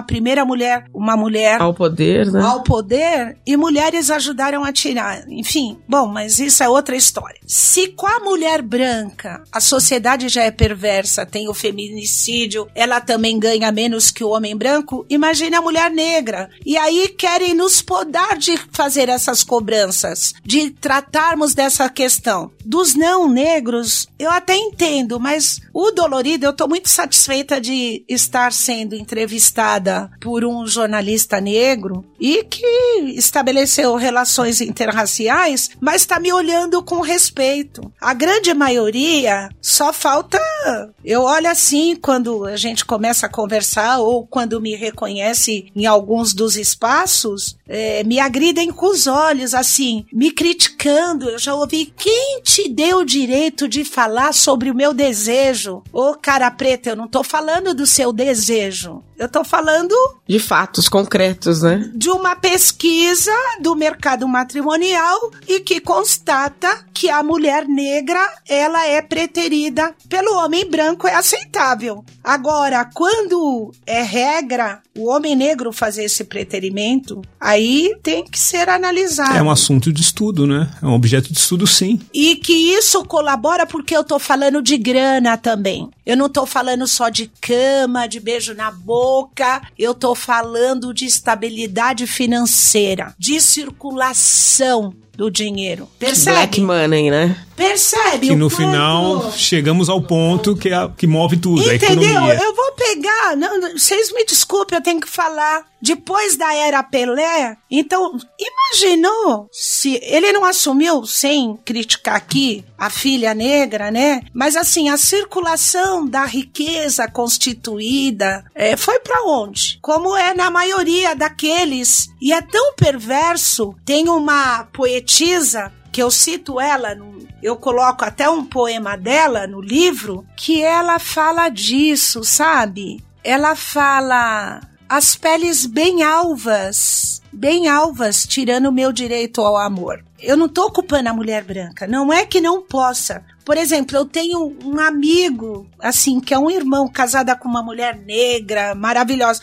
mulher ao poder, né? Ao poder, e mulheres ajudaram a tirar. Enfim, bom, mas isso é outra história. Se com a mulher branca a sociedade já é perversa, tem o feminicídio, ela também ganha menos que o homem branco, imagine a mulher negra. E aí querem nos podar de fazer essas cobranças, de tratarmos dessa questão. Dos não negros, eu até entendo, mas o dolorido, eu estou muito satisfeita de estar sendo entrevistada por um jornalista negro e que estabeleceu relações interraciais, mas está me olhando com respeito. A grande maioria, só falta... Eu olho assim quando a gente começa a conversar ou quando me reconhece em alguns dos espaços, me agridem com os olhos, assim, me criticando. Eu já ouvi, quem te deu o direito de falar sobre o meu desejo? Ô, cara preta, eu não tô falando do seu desejo. Eu tô falando... de fatos concretos, né? De uma pesquisa do mercado matrimonial e que constata que a mulher negra, ela é preterida pelo homem branco, é aceitável. Agora, quando é regra o homem negro fazer esse preterimento, aí tem que ser analisado. É um assunto de estudo, né? É um objeto de estudo, sim. E que isso colabora porque eu tô falando de grana também. Eu não tô falando só de cama, de beijo na boca, eu tô falando de estabilidade financeira, de circulação do dinheiro. Percebe? Black money, né? Percebe? Que no final chegamos ao ponto que move tudo. Entendeu? A economia. Eu vou pegar... Não, vocês me desculpem, eu tenho que falar. Depois da era Pelé, então, imaginou se ele não assumiu, sem criticar aqui, a filha negra, né? Mas assim, a circulação da riqueza constituída foi pra onde? Como é na maioria daqueles. E é tão perverso. Tem uma poetisa que eu cito ela, eu coloco até um poema dela no livro, que ela fala disso, sabe? Ela fala... as peles bem alvas, tirando o meu direito ao amor. Eu não tô culpando a mulher branca, não é que não possa. Por exemplo, eu tenho um amigo, assim, que é um irmão casado com uma mulher negra, maravilhosa.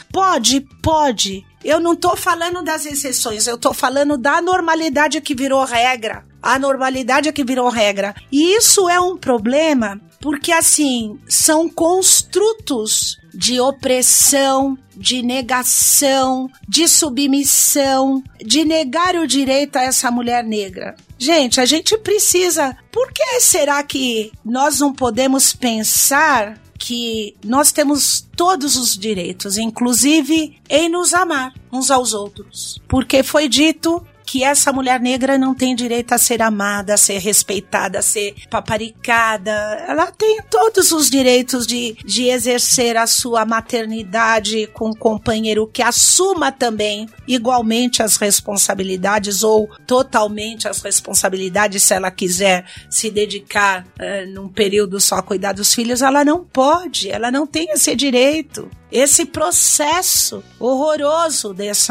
Pode. Eu não tô falando das exceções, eu tô falando da normalidade que virou regra. A normalidade que virou regra. E isso é um problema, porque, assim, são construtos de opressão, de negação, de submissão, de negar o direito a essa mulher negra. Gente, a gente precisa... Por que será que nós não podemos pensar que nós temos todos os direitos, inclusive em nos amar uns aos outros? Porque foi dito que essa mulher negra não tem direito a ser amada, a ser respeitada, a ser paparicada. Ela tem todos os direitos de exercer a sua maternidade com um companheiro que assuma também igualmente as responsabilidades ou totalmente as responsabilidades. Se ela quiser se dedicar num período só a cuidar dos filhos, ela não pode, ela não tem esse direito. Esse processo horroroso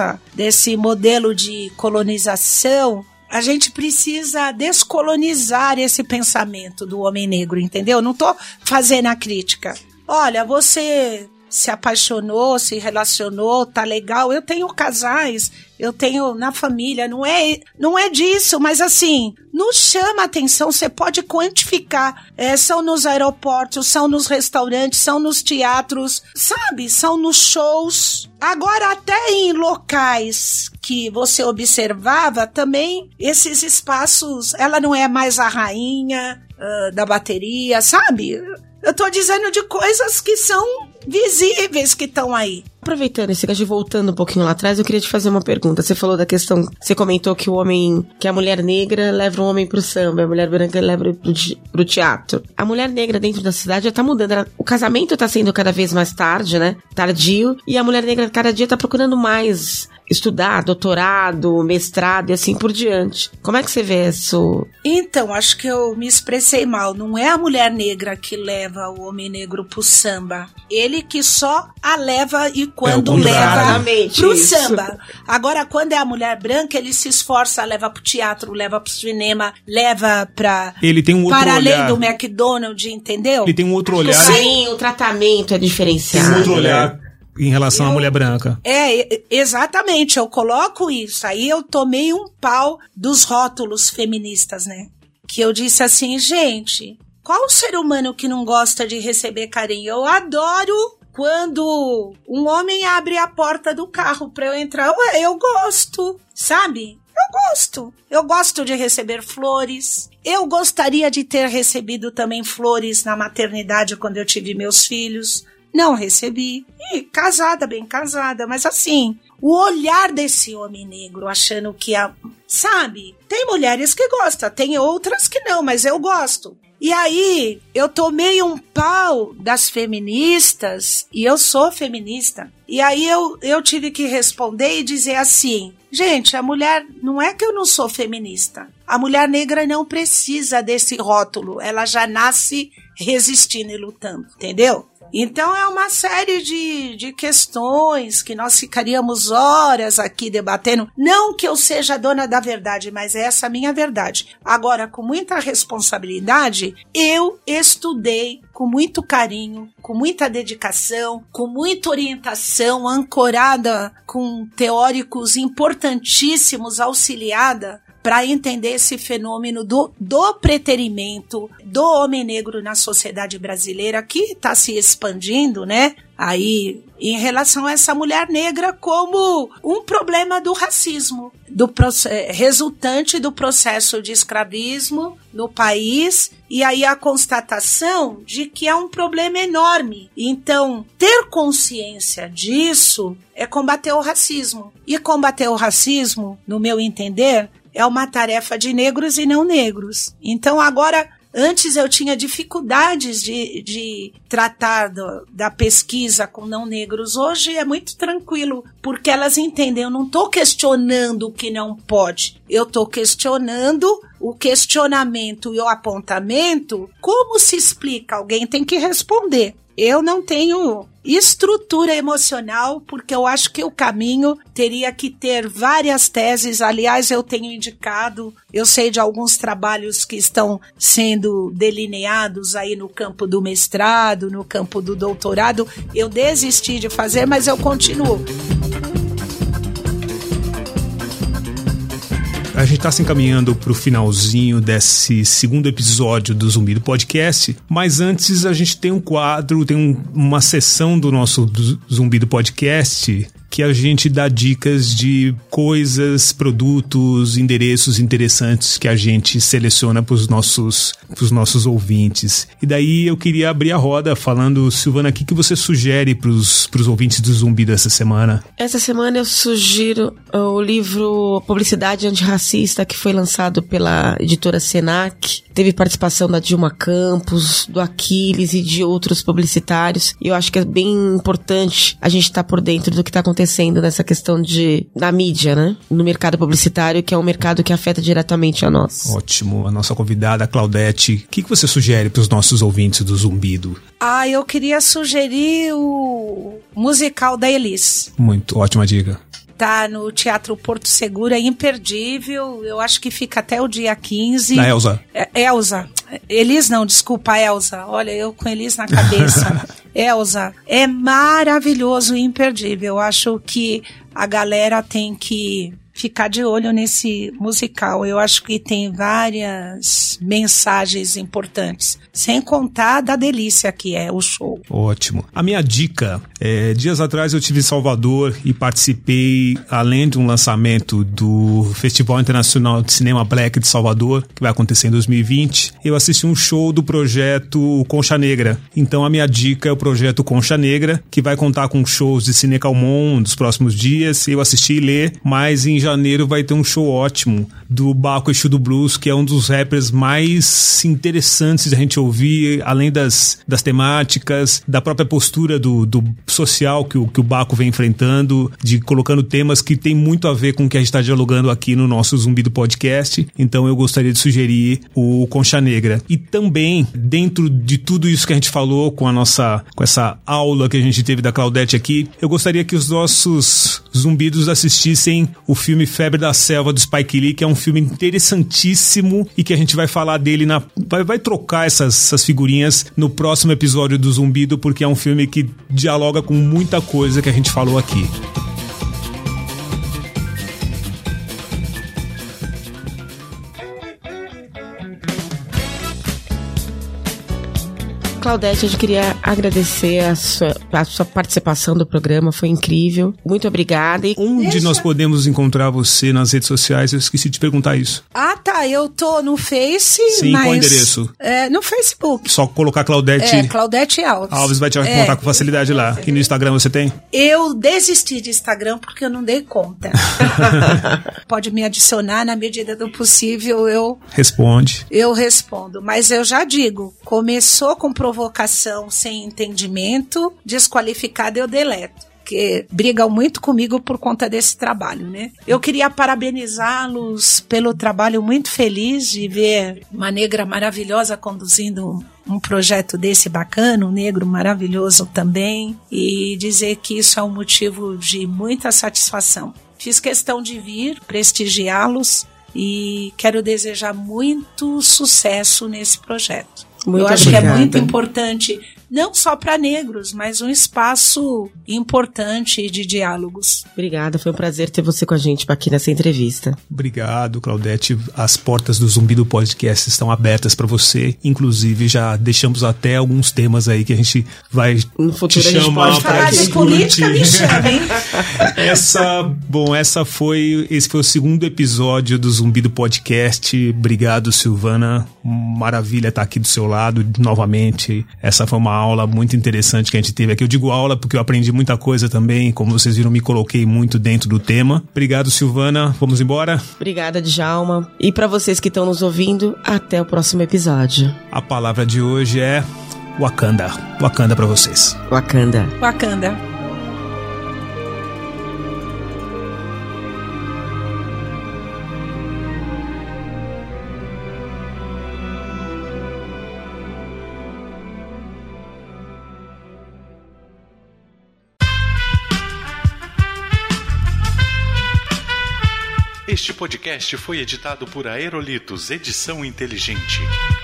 desse modelo de colonização, a gente precisa descolonizar esse pensamento do homem negro, entendeu? Não tô fazendo a crítica. Olha, você se apaixonou, se relacionou, tá legal. Eu tenho casais, eu tenho na família, não é disso, mas assim, nos chama a atenção, você pode quantificar. São nos aeroportos, são nos restaurantes, são nos teatros, sabe? São nos shows. Agora, até em locais que você observava, também esses espaços, ela não é mais a rainha da bateria, sabe? Eu tô dizendo de coisas que são visíveis, que estão aí. Aproveitando esse gajo, voltando um pouquinho lá atrás, eu queria te fazer uma pergunta. Você falou da questão, você comentou que que a mulher negra leva o homem pro samba, a mulher branca leva pro teatro. A mulher negra dentro da cidade já tá mudando. O casamento tá sendo cada vez mais tarde, né? Tardio. E a mulher negra cada dia tá procurando mais estudar, doutorado, mestrado e assim por diante. Como é que você vê isso? Então, acho que eu me expressei mal. Não é a mulher negra que leva o homem negro pro samba. Ele que só a leva e quando leva pro samba. Agora, quando é a mulher branca, ele se esforça, leva pro teatro, leva pro cinema, leva pra... Ele tem um outro para olhar. além do McDonald's, entendeu? Ele tem um outro olhar. Sim, o tratamento é diferenciado. Tem um outro olhar em relação à mulher branca. Exatamente, eu coloco isso. Aí eu tomei um pau dos rótulos feministas, né? Que eu disse assim, gente, qual ser humano que não gosta de receber carinho? Eu adoro quando um homem abre a porta do carro pra eu entrar. Eu gosto, sabe? Eu gosto de receber flores. Eu gostaria de ter recebido também flores na maternidade quando eu tive meus filhos. Não recebi. E casada, bem casada. Mas assim, o olhar desse homem negro achando que sabe? Tem mulheres que gostam, tem outras que não, mas eu gosto. E aí, eu tomei um pau das feministas, e eu sou feminista. E aí eu tive que responder e dizer assim, gente, a mulher, não é que eu não sou feminista. A mulher negra não precisa desse rótulo, ela já nasce resistindo e lutando, entendeu? Então é uma série de questões que nós ficaríamos horas aqui debatendo. Não que eu seja dona da verdade, mas é essa a minha verdade. Agora, com muita responsabilidade, eu estudei com muito carinho, com muita dedicação, com muita orientação, ancorada com teóricos importantíssimos, auxiliada, para entender esse fenômeno do preterimento do homem negro na sociedade brasileira, que está se expandindo, né? Aí, em relação a essa mulher negra como um problema do racismo, resultante do processo de escravismo no país, e aí a constatação de que é um problema enorme. Então, ter consciência disso é combater o racismo. E combater o racismo, no meu entender, é uma tarefa de negros e não negros. Então, agora, antes eu tinha dificuldades de tratar da pesquisa com não negros. Hoje é muito tranquilo, porque elas entendem. Eu não estou questionando o que não pode. Eu estou questionando o questionamento e o apontamento. Como se explica? Alguém tem que responder. Eu não tenho estrutura emocional, porque eu acho que o caminho teria que ter várias teses. Aliás, eu tenho indicado, eu sei de alguns trabalhos que estão sendo delineados aí no campo do mestrado, no campo do doutorado. Eu desisti de fazer, mas eu continuo. A gente está se encaminhando para o finalzinho desse segundo episódio do Zumbi do Podcast, mas antes a gente tem um quadro, tem uma sessão do nosso Zumbi do Podcast que a gente dá dicas de coisas, produtos, endereços interessantes que a gente seleciona para os nossos ouvintes. E daí eu queria abrir a roda falando, Silvana, o que você sugere para os ouvintes do Zumbi dessa semana? Essa semana eu sugiro o livro Publicidade Antirracista, que foi lançado pela editora Senac. Teve participação da Dilma Campos, do Aquiles e de outros publicitários. E eu acho que é bem importante a gente estar por dentro do que está acontecendo nessa questão da mídia, né? No mercado publicitário, que é um mercado que afeta diretamente a nós. Ótimo. A nossa convidada, Claudete, o que você sugere para os nossos ouvintes do Zumbido? Eu queria sugerir o musical da Elis. Muito, ótima dica. Tá no Teatro Porto Seguro, é imperdível. Eu acho que fica até o dia 15. Da Elza. Elza. Elis não, desculpa, Elza. Olha, eu com Elis na cabeça. Elza. É maravilhoso e imperdível. Eu acho que a galera tem que ficar de olho nesse musical. Eu acho que tem várias mensagens importantes, sem contar da delícia que é o show. Ótimo. A minha dica, dias atrás eu estive em Salvador e participei, além de um lançamento do Festival Internacional de Cinema Black de Salvador, que vai acontecer em 2020, eu assisti um show do projeto Concha Negra. Então a minha dica é o projeto Concha Negra, que vai contar com shows de Cine Calmon nos próximos dias. Eu assisti e ler, mas em janeiro vai ter um show ótimo do Baco Exu do Blues, que é um dos rappers mais interessantes de a gente ouvir, além das temáticas, da própria postura do social que o Baco vem enfrentando, de colocando temas que tem muito a ver com o que a gente está dialogando aqui no nosso Zumbi do Podcast. Então eu gostaria de sugerir o Concha Negra. E também, dentro de tudo isso que a gente falou, com essa aula que a gente teve da Claudete aqui, eu gostaria que os nossos zumbidos assistissem o filme Febre da Selva, do Spike Lee, que é um filme interessantíssimo e que a gente vai falar dele, vai trocar essas figurinhas no próximo episódio do Zumbido, porque é um filme que dialoga com muita coisa que a gente falou aqui. Claudete, eu queria agradecer a sua participação do programa, foi incrível. Muito obrigada. Onde nós podemos encontrar você nas redes sociais? Eu esqueci de perguntar isso. Tá, eu tô no Face. Sim, mas qual endereço? No Facebook. Só colocar Claudete. Claudete Alves. Alves vai te contar com facilidade lá. E no Instagram você tem? Eu desisti de Instagram porque eu não dei conta. Pode me adicionar, na medida do possível eu respondo, mas eu já digo, começou com provocação sem entendimento, desqualificado, eu deleto, porque brigam muito comigo por conta desse trabalho, né? Eu queria parabenizá-los pelo trabalho, muito feliz de ver uma negra maravilhosa conduzindo um projeto desse bacana, um negro maravilhoso também, e dizer que isso é um motivo de muita satisfação. Fiz questão de vir prestigiá-los e quero desejar muito sucesso nesse projeto. Eu acho que é muito importante, não só para negros, mas um espaço importante de diálogos. Obrigada, foi um prazer ter você com a gente aqui nessa entrevista. Obrigado, Claudete. As portas do Zumbi do Podcast estão abertas para você. Inclusive, já deixamos até alguns temas aí que a gente vai te chamar para discutir. Política, me chama, hein? Esse foi o segundo episódio do Zumbi do Podcast. Obrigado, Silvana. Maravilha estar aqui do seu lado novamente. Essa foi uma aula muito interessante que a gente teve aqui. Eu digo aula porque eu aprendi muita coisa também. Como vocês viram, me coloquei muito dentro do tema. Obrigado, Silvana. Vamos embora? Obrigada, Djalma. E para vocês que estão nos ouvindo, até o próximo episódio. A palavra de hoje é Wakanda. Wakanda para vocês. Wakanda. Wakanda. Este podcast foi editado por Aerolitos Edição Inteligente.